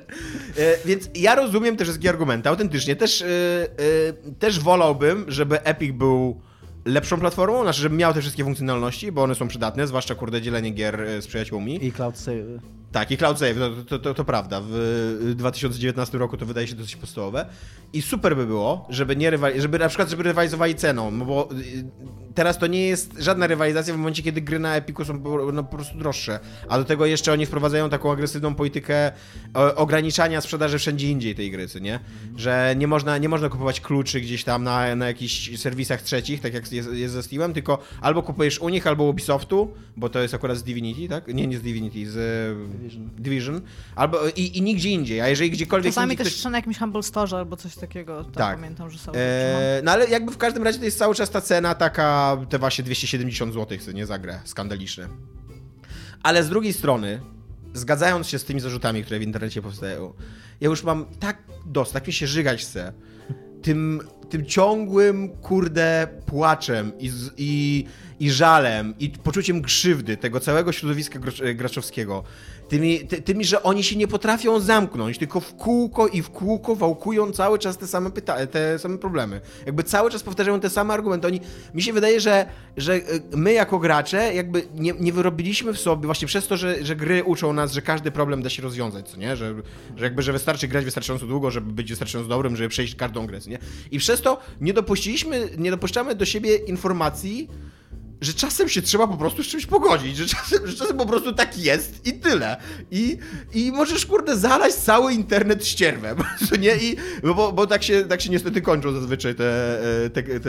więc ja rozumiem te wszystkie argumenty. Autentycznie też, e, e, też wolałbym, żeby Epic był lepszą platformą, znaczy, żeby miał te wszystkie funkcjonalności, bo one są przydatne, zwłaszcza, kurde, dzielenie gier e, z przyjaciółmi. I Cloud Save. Tak, i Cloud Save, to, to, to, to prawda. W dwa tysiące dziewiętnastym roku to wydaje się dosyć podstawowe. I super by było, żeby nie rywali- żeby na przykład żeby rywalizowali ceną, no bo y, teraz to nie jest żadna rywalizacja w momencie, kiedy gry na Epiku są po, no, po prostu droższe. A do tego jeszcze oni wprowadzają taką agresywną politykę o, ograniczania sprzedaży wszędzie indziej tej gry, co nie? Że nie można, nie można kupować kluczy gdzieś tam na, na jakichś serwisach trzecich, tak jak jest, jest ze Steamem, tylko albo kupujesz u nich, albo u Ubisoftu, bo to jest akurat z Divinity, tak? Nie, nie z Divinity, z Division. Division. Albo i, i nigdzie indziej, a jeżeli gdziekolwiek Czasami indziej też ktoś... na jakimś Humble Store albo coś takiego, tak, Tak. pamiętam, że są. Eee, no ale jakby w każdym razie to jest cały czas ta cena taka, te właśnie dwieście siedemdziesiąt złotych, co nie, za grę, skandaliczne. Ale z drugiej strony, zgadzając się z tymi zarzutami, które w internecie powstają, ja już mam tak dosyć, tak mi się żygać chce, tym, tym ciągłym, kurde, płaczem i, z, i, i żalem i poczuciem krzywdy tego całego środowiska gracz- graczowskiego. Tymi, ty, tymi, że oni się nie potrafią zamknąć, tylko w kółko i w kółko wałkują cały czas te same pyta- te same problemy. Jakby cały czas powtarzają te same argumenty. Oni, mi się wydaje, że, że my jako gracze jakby nie, nie wyrobiliśmy w sobie, właśnie przez to, że, że gry uczą nas, że każdy problem da się rozwiązać, co nie? Że, że jakby, że wystarczy grać wystarczająco długo, żeby być wystarczająco dobrym, żeby przejść każdą grę, co nie? I przez to nie dopuściliśmy, nie dopuszczamy do siebie informacji, że czasem się trzeba po prostu z czymś pogodzić, że czasem, że czasem po prostu tak jest i tyle. I, i możesz, kurde, zalać cały internet ścierwem, co nie? I, no bo, bo tak, się, tak się niestety kończą zazwyczaj te, te, te, te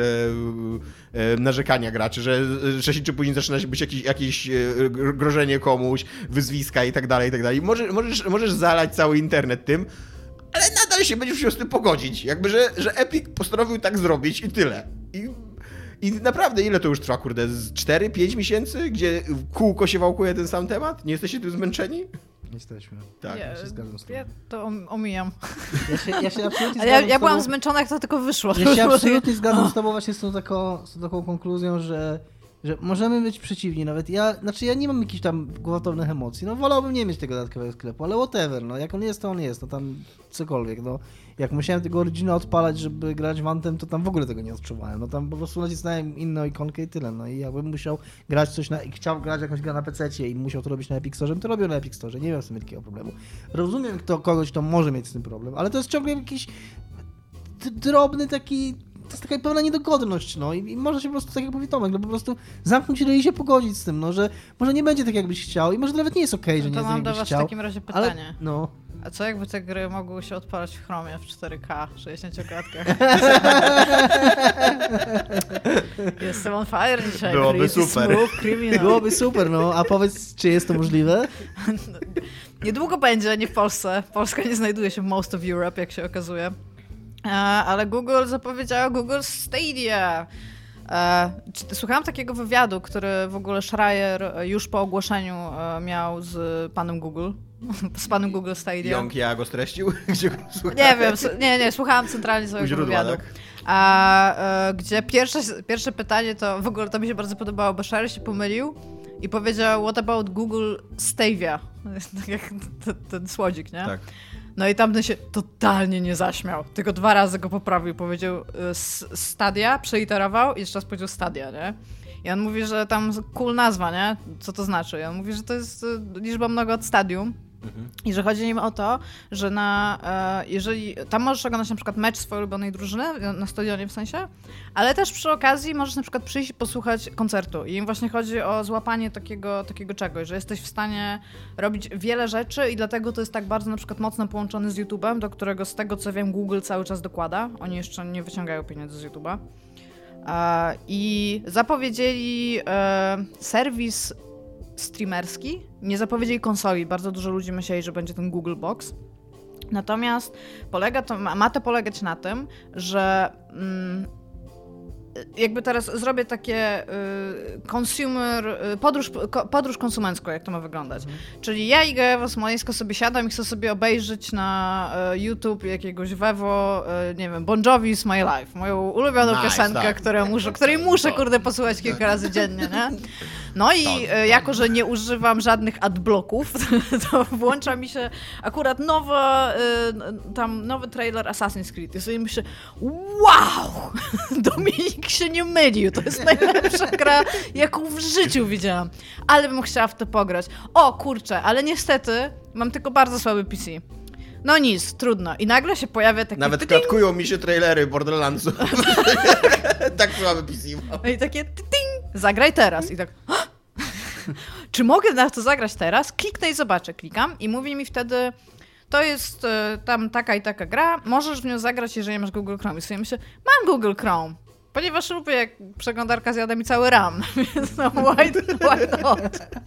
narzekania graczy, że wcześniej czy później zaczyna się być jakieś, jakieś grożenie komuś, wyzwiska i tak dalej, i tak dalej. Możesz, możesz, możesz zalać cały internet tym, ale nadal się będziesz musiał z tym pogodzić. Jakby, że, że Epic postanowił tak zrobić i tyle. I I naprawdę, ile to już trwa, kurde? Z cztery pięć miesięcy, gdzie w kółko się wałkuje ten sam temat? Nie jesteście tym zmęczeni? Jesteśmy. Tak. Ja, Ja się zgadzam z tobą. ja to om- omijam. Ja się, ja się absolutnie Ale ja, zgadzam ja z byłam tobą. zmęczona, jak to tylko wyszło. Ja się absolutnie zgadzam z tobą właśnie z tą taką, z tą taką konkluzją, że, że możemy być przeciwni nawet. Ja, znaczy ja nie mam jakichś tam gwałtownych emocji. No wolałbym nie mieć tego dodatkowego sklepu, ale whatever, no jak on jest, to on jest, no tam cokolwiek, no. Jak musiałem tego Origina odpalać, żeby grać w Anthem, to tam w ogóle tego nie odczuwałem. No tam po prostu nacisnąłem inną ikonkę i tyle, no i jakbym musiał grać coś na, i chciał grać jakąś grę na pececie i musiał to robić na Epic Store, to robię na Epic Store, nie wiem w sumie takiego problemu. Rozumiem kto, kogoś, kto może mieć z tym problem, ale to jest ciągle jakiś d- drobny taki, to jest taka pełna niedogodność, no i, i może się po prostu, tak jak mówi Tomek, no po prostu zamknąć ryj i się pogodzić z tym, no, że może nie będzie tak jakbyś chciał i może to nawet nie jest okej, że No nie to jest tak mam do jakbyś was w chciał, takim razie pytanie. ale no. A co jakby te gry mogły się odpalać w Chromie w cztery K, sześćdziesięciu klatkach? Jestem on fire dzisiaj. Byłoby Pretty super. Smooth criminal. Byłoby super, no, a powiedz, czy jest to możliwe? Niedługo będzie, nie w Polsce. Polska nie znajduje się w most of Europe, jak się okazuje. A, ale Google zapowiedziało Google Stadia. E, czy, słuchałam takiego wywiadu, który w ogóle Schreier już po ogłoszeniu e, miał z panem Google. Z panem Google Stadia. Jąk ja go streścił? Gdzie go nie wiem, nie, nie, słuchałam centralnie swojego źródła, wywiadu. tak? A, e, gdzie pierwsze, pierwsze pytanie to, w ogóle to mi się bardzo podobało, bo Schreier się pomylił i powiedział, what about Google Stadia? Tak jak ten, ten słodzik, nie? Tak. No i tamten się totalnie nie zaśmiał, tylko dwa razy go poprawił, powiedział y, Stadia, przeliterował i jeszcze raz powiedział Stadia, nie? I on mówi, że tam cool nazwa, nie? Co to znaczy? I on mówi, że to jest y, liczba mnoga od stadium. Mhm. I że chodzi im o to, że na, e, jeżeli tam możesz oglądać na przykład mecz swojej ulubionej drużyny, na stadionie w sensie, ale też przy okazji możesz na przykład przyjść i posłuchać koncertu. I im właśnie chodzi o złapanie takiego, takiego czegoś, że jesteś w stanie robić wiele rzeczy i dlatego to jest tak bardzo na przykład mocno połączony z YouTube'em, do którego z tego co wiem Google cały czas dokłada. Oni jeszcze nie wyciągają pieniędzy z YouTube'a. E, I zapowiedzieli e, serwis streamerski. Nie zapowiedzieli konsoli. Bardzo dużo ludzi myśleli, że będzie ten Google Box. Natomiast polega to, ma to polegać na tym, że mm, jakby teraz zrobię takie y, consumer, y, podróż, ko, podróż konsumencką, jak to ma wyglądać. Mhm. Czyli ja i Gaewa Smoleńska sobie siadam i chcę sobie obejrzeć na y, YouTube jakiegoś Vevo, y, nie wiem, Bon Jovi's My Life, moją ulubioną nice, piosenkę, tak. którą muszę, której muszę, kurde, posłuchać kilka razy dziennie, nie? No i y, jako, że nie używam żadnych adblocków, to włącza mi się akurat nowe, y, tam nowy trailer Assassin's Creed. I sobie myślę, wow! Dominik się nie mylił. To jest najlepsza gra, jaką w życiu widziałam. Ale bym chciała w to pograć. O kurczę, ale niestety mam tylko bardzo słaby P C. No nic, trudno. I nagle się pojawia taki... Nawet klatkują mi się trailery Borderlandsów. Tak słaby P C mam. No i takie ting, zagraj teraz. I tak... Czy mogę na to zagrać teraz? Kliknę i zobaczę. Klikam i mówi mi wtedy... To jest y, tam taka i taka gra, możesz w nią zagrać, jeżeli masz Google Chrome. I sobie myślę, mam Google Chrome, ponieważ lubię, jak przeglądarka zjada mi cały RAM. Więc no, why, why not?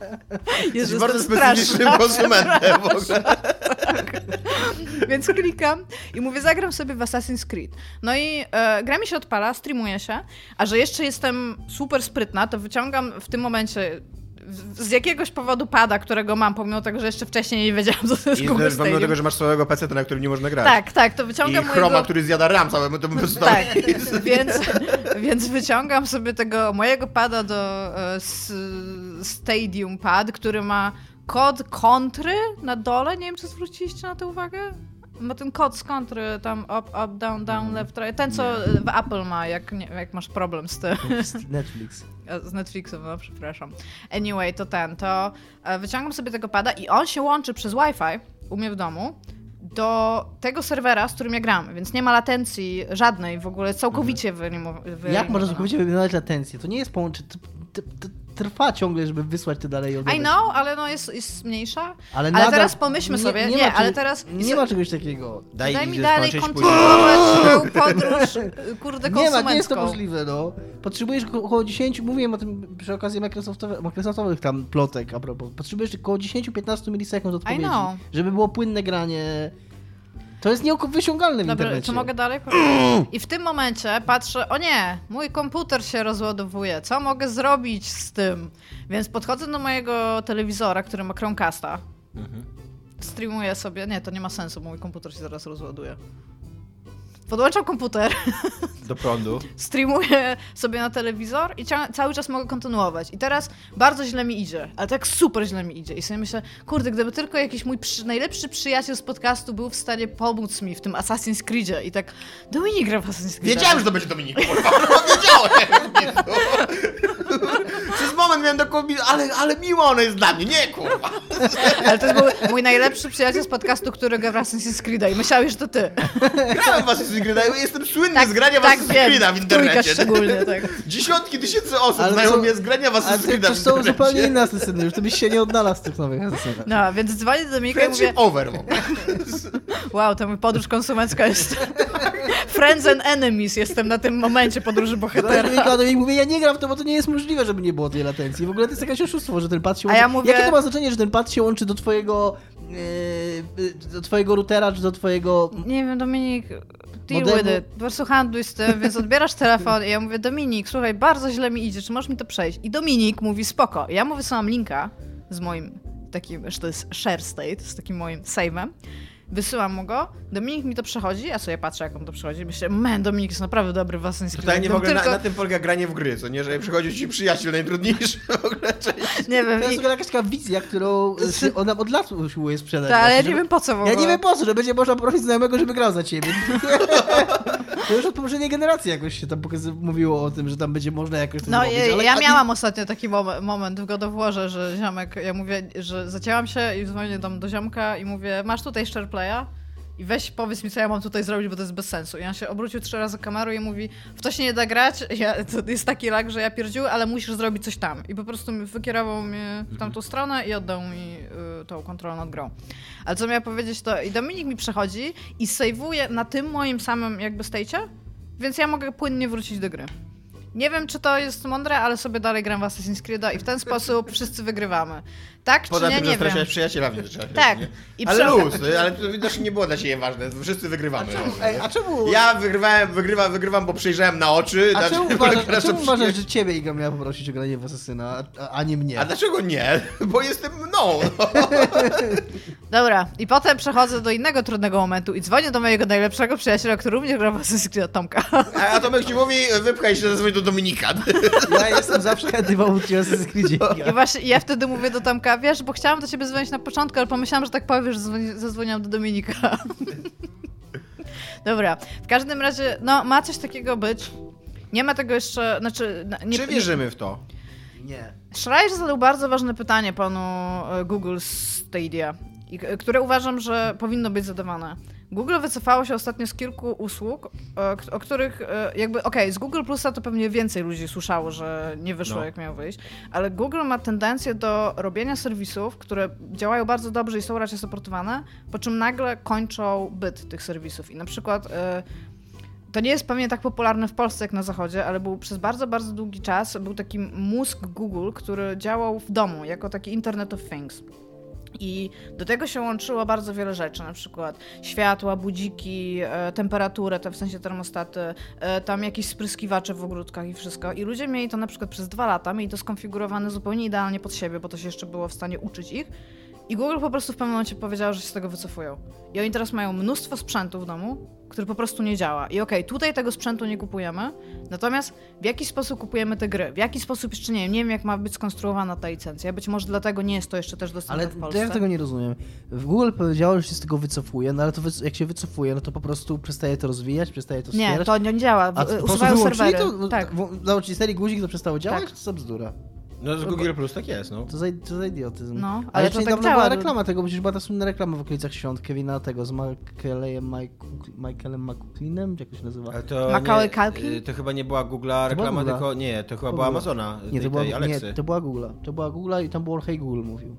Jest bardzo specyficznym konsumentem w ogóle. Tak. Więc klikam i mówię, zagram sobie w Assassin's Creed. No i e, gra mi się odpala, streamuje się, a że jeszcze jestem super sprytna, to wyciągam w tym momencie... z jakiegoś powodu pada, którego mam, pomimo tego, że jeszcze wcześniej nie wiedziałam, co to jest Google Stadia. Pomimo tego, że masz swojego peceta, na którym nie można grać. Tak, tak, to wyciągam I mojego... Chroma, który zjada RAM całemu temu tak, więc, więc wyciągam sobie tego mojego pada do uh, Stadium Pad, który ma kod kontry na dole. Nie wiem, czy zwróciliście na to uwagę? Ma ten kod z kontry, tam up, up, down, down, left, right. Ten, co nie. w Apple ma, jak, nie, jak masz problem z tym. Netflix. Z Netflixem, no przepraszam. Anyway, to ten, to wyciągam sobie tego pada i on się łączy przez Wi-Fi u mnie w domu do tego serwera, z którym ja gram, więc nie ma latencji żadnej w ogóle, całkowicie wyeliminowana. Jak można całkowicie wyeliminować latencję? To nie jest połączenie. Trwa ciągle, żeby wysłać te dalej odebrać. I know, ale no jest, jest mniejsza. Ale, ale nadal, teraz pomyślmy nie, sobie, nie, nie, ma, ale teraz... Nie ma czegoś takiego. Daj, Daj mi dalej kontynuować swoją podróż, kurde, konsumencką. Nie ma, nie jest to możliwe, no. Potrzebujesz około dziesięć, mówiłem o tym przy okazji Microsoftowych, Microsoftowych tam plotek, a propos. Potrzebujesz około dziesięć do piętnastu milisekund odpowiedzi, żeby było płynne granie. To jest niewysiągalne w Dobra, internecie. Czy mogę dalej? I w tym momencie patrzę, o nie, mój komputer się rozładowuje, co mogę zrobić z tym? Więc podchodzę do mojego telewizora, który ma Chromecasta, mhm. streamuję sobie, nie, to nie ma sensu, bo mój komputer się zaraz rozładuje. Podłączam komputer. Do prądu. Streamuję sobie na telewizor i cia- cały czas mogę kontynuować. I teraz bardzo źle mi idzie, ale tak super źle mi idzie. I sobie myślę, kurde, gdyby tylko jakiś mój przy- najlepszy przyjaciel z podcastu był w stanie pomóc mi w tym Assassin's Creedzie. I tak, Dominik gra w Assassin's Creed. Wiedziałem, że to będzie Dominik, kurwa. Wiedziałem. Przez moment miałem taką, ale, ale miła ona jest dla mnie. Nie, kurwa. Ale to był mój najlepszy przyjaciel z podcastu, który gra w Assassin's Creed'a i myślałeś, że to ty. Grałem w Assassin's Creed'a, jestem słynny tak, z grania w tak, Assassin's Creed'a w internecie. Szczególnie, tak. Dziesiątki tysięcy osób ale znają to, mnie z grania w Assassin's Creed'a w internecie. Ale to są zupełnie inne asesyny, już to byś się nie odnalazł w tych nowych asesynach. No, więc dzwonię do Dominika i mówię... over. Wow, to mój podróż konsumencka jest... Friends and enemies jestem na tym momencie podróży bohatera. I mówię, ja nie gram w to, bo to nie jest możliwe, żeby nie było tej latencji. W ogóle to jest jakieś oszustwo, że ten pad się łączy. A ja mówię... Jakie to ma znaczenie, że ten pad się łączy do twojego yy, do twojego routera, czy do twojego... Nie wiem, Dominik... deal modemu... with it. Po prostu handluj z tym, więc odbierasz telefon i ja mówię, Dominik, słuchaj, bardzo źle mi idzie, czy możesz mi to przejść? I Dominik mówi, spoko. Ja mu wysyłam linka z moim takim, że to jest share state, z takim moim save'em. Wysyłam mu go, Dominik mi to przechodzi, a co ja patrzę, jak on to przechodzi, myślę, man, Dominik jest naprawdę dobry w Assassin's Creed. Totalnie w ogóle tylko... na, na tym polega granie w gry, co nie, że przychodzi ci przyjaciel najtrudniejszy w ogóle część. Nie wiem. To jest I... w ogóle jakaś taka wizja, którą się on nam od lat usiłuje sprzedać. Ta, ale ja Właśnie, nie żeby... wiem po co w ogóle. Ja nie wiem po co, że będzie można prosić znajomego, żeby grał za ciebie. To już od poprzedniej generacji jakoś się tam pokazy- mówiło o tym, że tam będzie można jakoś to No zrobić. ja, ale ja ani- miałam ostatnio taki mom- moment w God of Warze, że ziomek, ja mówię, że zacięłam się i dzwonię tam do ziomka i mówię, masz tutaj SharePlaya? I weź powiedz mi, co ja mam tutaj zrobić, bo to jest bez sensu. I on się obrócił trzy razy kamerą i mówi, w to się nie da grać, ja, to jest taki lag, że ja pierdził, ale musisz zrobić coś tam. I po prostu wykierował mnie w tamtą stronę i oddał mi y, tą kontrolę nad grą. Ale co miała powiedzieć, to i Dominik mi przychodzi i sejwuje na tym moim samym jakby stage'cie, więc ja mogę płynnie wrócić do gry. Nie wiem, czy to jest mądre, ale sobie dalej gram w Assassin's Creed'a i w ten sposób wszyscy wygrywamy. Tak Poza czy nie, tym nie wiem. zastraszać przyjacielami trzeba. Tak. Nie? I Ale przy... luz, ale to widocznie nie było dla ciebie ważne, wszyscy wygrywamy. Ej, a czemu... Ja wygrywałem, wygrywam, wygrywam, bo przejrzałem na oczy. A na- czemu na- uważasz, na- a czemu na- uważasz, że ciebie Iga miała poprosić o granie w Asasyna, a, a nie mnie? A dlaczego nie? Bo jestem mną. No. Dobra, i potem przechodzę do innego trudnego momentu i dzwonię do mojego najlepszego przyjaciela, który również gra w Assassin's Creed, Tomka. A, a Tomek ci mówi, wypchaj się, zadzwoń do Dominika. Ja jestem zawsze chętny pomóc ci w Assassin's Creedzie. I właśnie ja wtedy mówię do Tomka, wiesz, bo chciałam do ciebie dzwonić na początku, ale pomyślałam, że tak powiesz, że zadzwoni- zadzwoniłam do Dominika. Dobra, w każdym razie, no ma coś takiego być. Nie ma tego jeszcze, znaczy... Nie, Czy wierzymy w to? Nie. Schreier zadał bardzo ważne pytanie panu e, Google Stadia, i, k- które uważam, że powinno być zadawane. Google wycofało się ostatnio z kilku usług, e, k- o których e, jakby, okej, okay, z Google Plusa to pewnie więcej ludzi słyszało, że nie wyszło No. jak miało wyjść, ale Google ma tendencję do robienia serwisów, które działają bardzo dobrze i są raczej supportowane, po czym nagle kończą byt tych serwisów. I na przykład e, to nie jest pewnie tak popularne w Polsce jak na zachodzie, ale był przez bardzo, bardzo długi czas był taki mózg Google, który działał w domu jako taki Internet of Things. I do tego się łączyło bardzo wiele rzeczy, na przykład światła, budziki, e, temperaturę, to w sensie termostaty, e, tam jakieś spryskiwacze w ogródkach i wszystko. I ludzie mieli to na przykład przez dwa lata, mieli to skonfigurowane zupełnie idealnie pod siebie, bo to się jeszcze było w stanie uczyć ich. I Google po prostu w pewnym momencie powiedział, że się z tego wycofują. I oni teraz mają mnóstwo sprzętu w domu, który po prostu nie działa. I okej, okay, tutaj tego sprzętu nie kupujemy, natomiast w jaki sposób kupujemy te gry? W jaki sposób jeszcze nie wiem, nie wiem jak ma być skonstruowana ta licencja. Być może dlatego nie jest to jeszcze też dostępne Ale w Polsce. ja tego nie rozumiem. W Google powiedziało, że się z tego wycofuje, no ale to wy- jak się wycofuje, no to po prostu przestaje to rozwijać, przestaje to wspierać. Nie, to nie działa. A W- po prostu usuwają wyłączyli serwery. to? Tak. W- Załączyli stary guzik, to przestało działać? Tak. To jest bzdura. No z Google Plus tak jest, no. To za, to za idiotyzm. No, ale ale jeszcze to tak niedawno działa. była reklama tego, przecież była ta słynna reklama w okolicach świąt Kevina tego z Michaelem, Michaelem McLeanem, jak to się nazywa? Ale to Macaulay nie, Culkin? y, to chyba nie była Google'a reklama, Google'a. tylko nie, to chyba To była była. Amazona, Nie, tej, to była, tej Alexy. nie, to była Google'a. To była Google'a i tam było Hey Google mówił.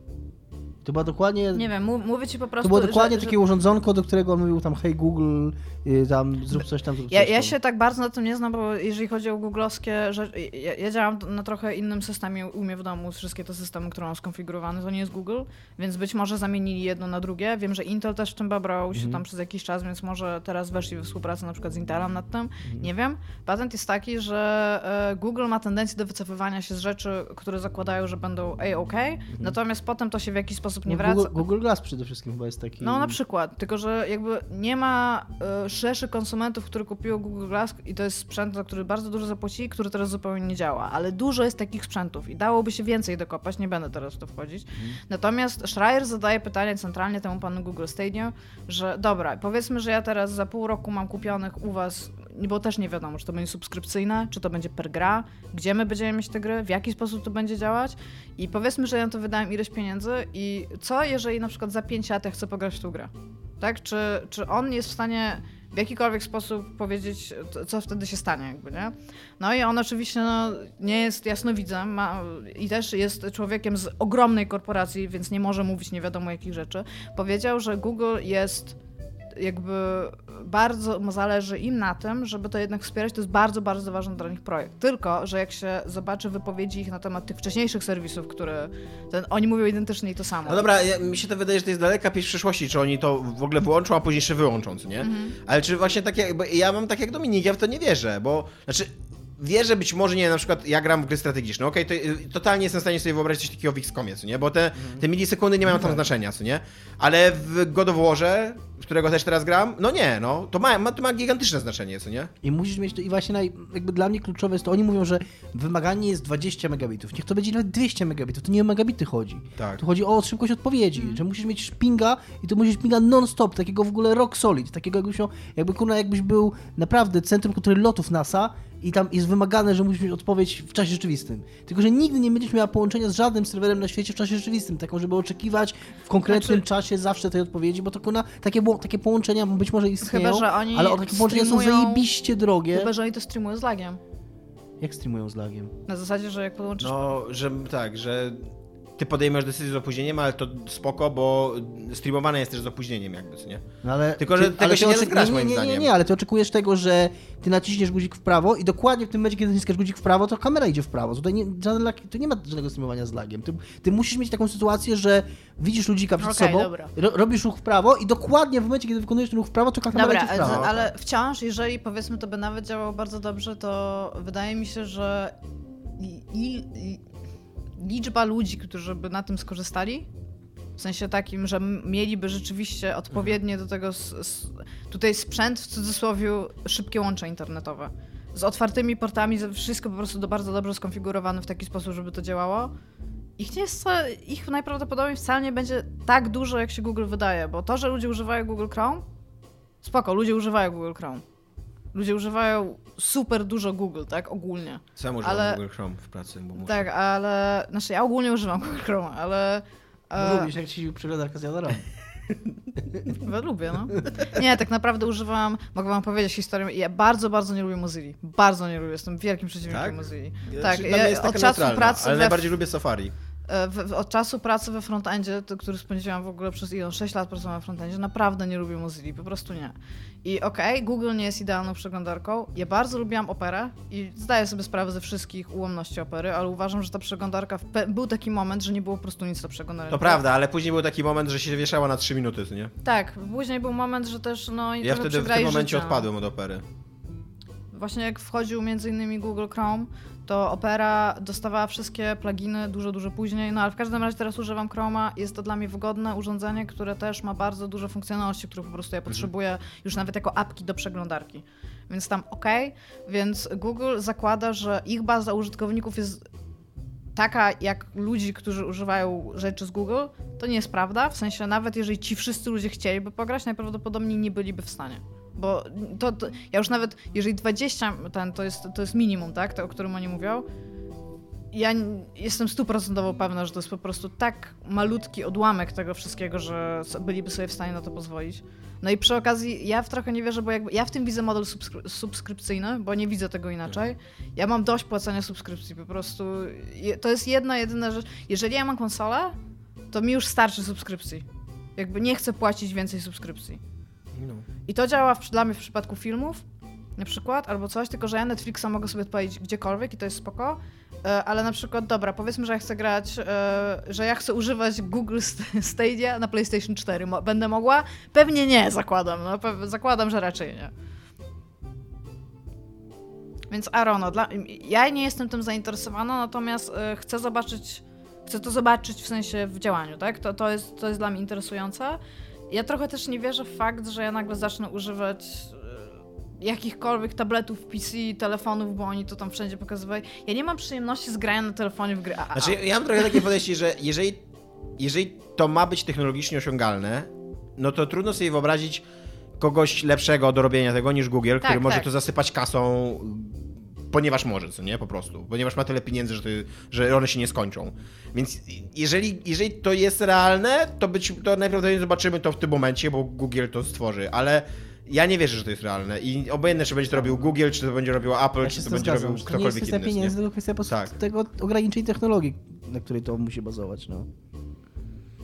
To była dokładnie... Nie wiem, mów, mówię ci po prostu, To było dokładnie że, takie że... urządzonko, do którego on mówił tam Hey Google, y, tam zrób coś tam, zrób coś Ja, tam. ja się tak bardzo na tym nie znam, bo jeżeli chodzi o googlowskie rzeczy, ja, ja działam na trochę innym systemie u mnie w domu, wszystkie te systemy, które mam skonfigurowane, to nie jest Google, więc być może zamienili jedno na drugie. Wiem, że Intel też w tym babrał się Mhm. tam przez jakiś czas, więc może teraz weszli we współpracę na przykład z Intelem nad tym. Nie wiem. Patent jest taki, że e, Google ma tendencję do wycofywania się z rzeczy, które zakładają, że będą A-OK, natomiast potem to się w jakiś sposób nie No, wraca. Google, Google Glass przede wszystkim chyba jest taki... No na przykład, tylko że jakby nie ma y, szerszy konsumentów, który kupiło Google Glass i to jest sprzęt, za który bardzo dużo zapłacili, który teraz zupełnie nie działa, ale dużo jest takich sprzętów i dałoby się więcej dokopać, nie będę teraz w to wchodzić. Mm. Natomiast Schreier zadaje pytanie centralnie temu panu Google Stadia, że dobra, powiedzmy, że ja teraz za pół roku mam kupionych u was, bo też nie wiadomo, czy to będzie subskrypcyjne, czy to będzie per gra, gdzie my będziemy mieć te gry, w jaki sposób to będzie działać i powiedzmy, że ja na to wydałem ileś pieniędzy i co, jeżeli na przykład za pięć lat ja chcę pograć w tą grę? Tak? Czy, czy on jest w stanie w jakikolwiek sposób powiedzieć, co wtedy się stanie, jakby, nie? No i on oczywiście no, nie jest jasnowidzem ma, i też jest człowiekiem z ogromnej korporacji, więc nie może mówić nie wiadomo jakich rzeczy. Powiedział, że Google jest jakby bardzo zależy im na tym, żeby to jednak wspierać. To jest bardzo, bardzo ważny dla nich projekt. Tylko, że jak się zobaczy wypowiedzi ich na temat tych wcześniejszych serwisów, które ten, oni mówią identycznie to samo. No dobra, ja, mi się to wydaje, że to jest daleka pieśń przyszłości, czy oni to w ogóle wyłączą, a później jeszcze wyłączą, co nie? Mhm. Ale czy właśnie tak jak, bo ja mam tak jak Dominik, ja w to nie wierzę, bo, znaczy, wierzę być może, nie, na przykład ja gram w gry strategiczne, okej, okay, to totalnie jestem w stanie sobie wyobrazić coś takiego w X COMie, co nie? Bo te, te milisekundy nie mają tam znaczenia, co nie? Ale w God of Warze, w którego też teraz gram, no nie, no, to ma, ma, to ma gigantyczne znaczenie, co nie? I musisz mieć to, i właśnie naj, jakby dla mnie kluczowe jest to, oni mówią, że wymaganie jest dwadzieścia megabitów, niech to będzie nawet dwieście megabitów, to nie o megabity chodzi. Tak. Tu chodzi o szybkość odpowiedzi, mm. że musisz mieć pinga i to musisz pinga non-stop, takiego w ogóle rock solid, takiego jakbyś miał, jakby kurna, jakbyś był naprawdę centrum kontroli lotów NASA i tam jest wymagane, że musisz mieć odpowiedź w czasie rzeczywistym. Tylko, że nigdy nie będziesz miała połączenia z żadnym serwerem na świecie w czasie rzeczywistym, taką, żeby oczekiwać w konkretnym znaczy... czasie zawsze tej odpowiedzi, bo to kurna, takie, takie połączenia być może istnieją, chyba, że oni ale takie połączenia są zajebiście drogie. Chyba, że oni to streamują z lagiem. Jak streamują z lagiem? Na zasadzie, że jak podłączysz... No, że tak, że ty podejmiesz decyzję z opóźnieniem, ale to spoko, bo streamowane jest też z opóźnieniem jakby, co nie? No ale tylko, że ty, tego ale się nie oczek- rozgrasz, nie, moim nie, nie, zdaniem. Nie, nie, ale ty oczekujesz tego, że ty naciśniesz guzik w prawo i dokładnie w tym momencie, kiedy naciskasz guzik w prawo, to kamera idzie w prawo. Tutaj nie, żaden lag, tu nie ma żadnego streamowania z lagiem. Ty, ty musisz mieć taką sytuację, że widzisz ludzika przed okay, sobą, ro, robisz ruch w prawo i dokładnie w momencie, kiedy wykonujesz ten ruch w prawo, to kamera dobra, idzie w prawo. Dobra, ale wciąż, jeżeli powiedzmy to by nawet działało bardzo dobrze, to wydaje mi się, że i, i, liczba ludzi, którzy by na tym skorzystali, w sensie takim, że mieliby rzeczywiście odpowiednie do tego s- s- tutaj sprzęt, w cudzysłowie szybkie łącze internetowe. Z otwartymi portami, wszystko po prostu do bardzo dobrze skonfigurowane w taki sposób, żeby to działało. Ich, nie jest, ich najprawdopodobniej wcale nie będzie tak dużo, jak się Google wydaje, bo to, że ludzie używają Google Chrome, spoko, ludzie używają Google Chrome. Ludzie używają super dużo Google, tak, ogólnie. Sam używam ale, Google Chrome w pracy, bo muszę. Tak, ale, znaczy ja ogólnie używam Google Chrome, ale... E... Lubisz, jak ci przeglądarka zjada RAM. Chyba lubię, no. Nie, tak naprawdę używam, mogę wam powiedzieć historię, ja bardzo, bardzo nie lubię Mozilla. Bardzo nie lubię, jestem wielkim przeciwnikiem tak? Mozilla. Ja, tak, ja, jest od czasu pracy... Ale we... najbardziej lubię Safari. W, od czasu pracy we frontendzie, to, który spędziłam w ogóle przez ile, sześć lat pracowałam we frontendzie, naprawdę nie lubię Mozilla, po prostu nie. I okej, okay, Google nie jest idealną przeglądarką. Ja bardzo lubiłam Operę i zdaję sobie sprawę ze wszystkich ułomności Opery, ale uważam, że ta przeglądarka, pe- był taki moment, że nie było po prostu nic do przeglądania. To prawda, ale później był taki moment, że się wieszała na trzy minuty, nie? Tak, później był moment, że też no i ja wtedy w tym momencie życia. odpadłem od Opery. Właśnie jak wchodził między innymi Google Chrome, to Opera dostawała wszystkie pluginy dużo, dużo później, no ale w każdym razie teraz używam Chroma, jest to dla mnie wygodne urządzenie, które też ma bardzo dużo funkcjonalności, których po prostu ja potrzebuję mhm. już nawet jako apki do przeglądarki. Więc tam okej, okay. Więc Google zakłada, że ich baza użytkowników jest taka jak ludzi, którzy używają rzeczy z Google, to nie jest prawda, w sensie nawet jeżeli ci wszyscy ludzie chcieliby pograć, najprawdopodobniej nie byliby w stanie. Bo to, to, ja już nawet, jeżeli dwadzieścia, ten, to, jest, to jest minimum, tak, to, o którym oni mówią, ja jestem stuprocentowo pewna, że to jest po prostu tak malutki odłamek tego wszystkiego, że byliby sobie w stanie na to pozwolić. No i przy okazji, ja w trochę nie wierzę, bo jakby, ja w tym widzę model subskry- subskrypcyjny, bo nie widzę tego inaczej. Ja mam dość płacenia subskrypcji, po prostu to jest jedna, jedyna rzecz. Jeżeli ja mam konsolę, to mi już starczy subskrypcji. Jakby nie chcę płacić więcej subskrypcji. No. I to działa w, dla mnie w przypadku filmów, na przykład, albo coś, tylko że ja Netflixa mogę sobie odpalić gdziekolwiek i to jest spoko, ale na przykład, dobra, powiedzmy, że ja chcę grać, że ja chcę używać Google Stadia na PlayStation cztery. Będę mogła? Pewnie nie, zakładam. No, pe- zakładam, że raczej nie. Więc Arono, dla, ja nie jestem tym zainteresowana, natomiast chcę zobaczyć, chcę to zobaczyć w sensie w działaniu, tak? To, to, jest, to jest dla mnie interesujące. Ja trochę też nie wierzę w fakt, że ja nagle zacznę używać jakichkolwiek tabletów, P C, telefonów, bo oni to tam wszędzie pokazywali. Ja nie mam przyjemności z grania na telefonie w gry. A, a. Znaczy, ja mam trochę takie podejście, że jeżeli, jeżeli to ma być technologicznie osiągalne, no to trudno sobie wyobrazić kogoś lepszego do robienia tego niż Google, tak, który może tak. to zasypać kasą, ponieważ może, co nie? Po prostu. Ponieważ ma tyle pieniędzy, że, to, że one się nie skończą. Więc jeżeli, jeżeli to jest realne, to, być, to najprawdopodobniej zobaczymy to w tym momencie, bo Google to stworzy, ale ja nie wierzę, że to jest realne i obojętne, czy będzie to robił Google, czy to będzie robił Apple, ja czy to, to będzie zgadzam, robił ktokolwiek inny. To nie jest kwestia pieniędzy, tylko kwestia po tak. tego ograniczeń technologii, na której to musi bazować, no.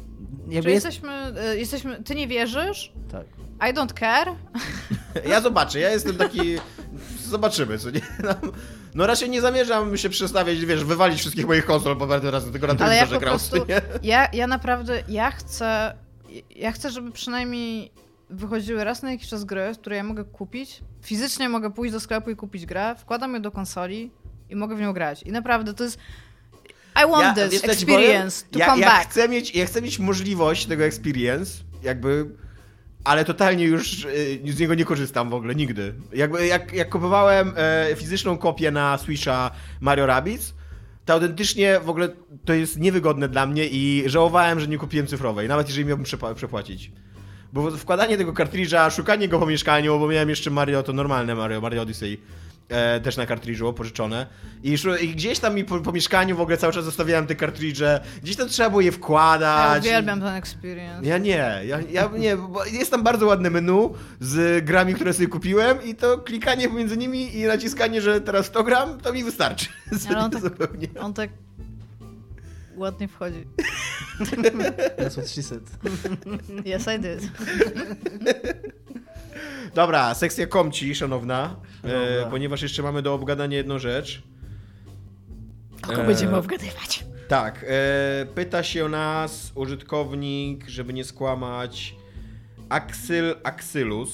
jakby Czy jest... jesteśmy, y, jesteśmy... Ty nie wierzysz? Tak. I don't care. Ja zobaczę, ja jestem taki... Zobaczymy, co nie? No, no raczej nie zamierzam się przestawiać, wiesz, wywalić wszystkich moich konsol po bardzo razy, tylko na Ale ja telewizorze po grał, prostu... nie? Ja, ja naprawdę... Ja chcę... Ja chcę, żeby przynajmniej wychodziły raz na jakiś czas gry, które ja mogę kupić. Fizycznie mogę pójść do sklepu i kupić grę, wkładam ją do konsoli i mogę w nią grać. I naprawdę to jest... I want Ja, this wiesz, co ci powiem? experience to ja, come ja back. Chcę mieć, ja chcę mieć możliwość tego experience, jakby, ale totalnie już y, z niego nie korzystam w ogóle, nigdy. Jakby, jak, jak kupowałem e, fizyczną kopię na Switcha Mario Rabbids, to autentycznie w ogóle to jest niewygodne dla mnie i żałowałem, że nie kupiłem cyfrowej, nawet jeżeli miałbym przepa- przepłacić. Bo wkładanie tego kartridża, szukanie go po mieszkaniu, bo miałem jeszcze Mario, to normalne Mario, Mario Odyssey, e, też na kartridżu, pożyczone. I, szu- I gdzieś tam mi po, po mieszkaniu w ogóle cały czas zostawiałem te kartridże, gdzieś tam trzeba było je Ja wkładać. uwielbiam ten experience. Ja nie, ja, ja nie, bo jest tam bardzo ładne menu z grami, które sobie kupiłem i to klikanie pomiędzy nimi i naciskanie, że teraz to gram, to mi wystarczy. Ale on tak- Zupełnie. On tak ładnie wchodzi. That's what she said. Yes, I did. Dobra, sekcja komci, szanowna, e, Dobra. ponieważ jeszcze mamy do obgadania jedną rzecz. Kogo E, będziemy obgadywać? Tak, e, pyta się nas użytkownik, żeby nie skłamać, Axyl Axylus.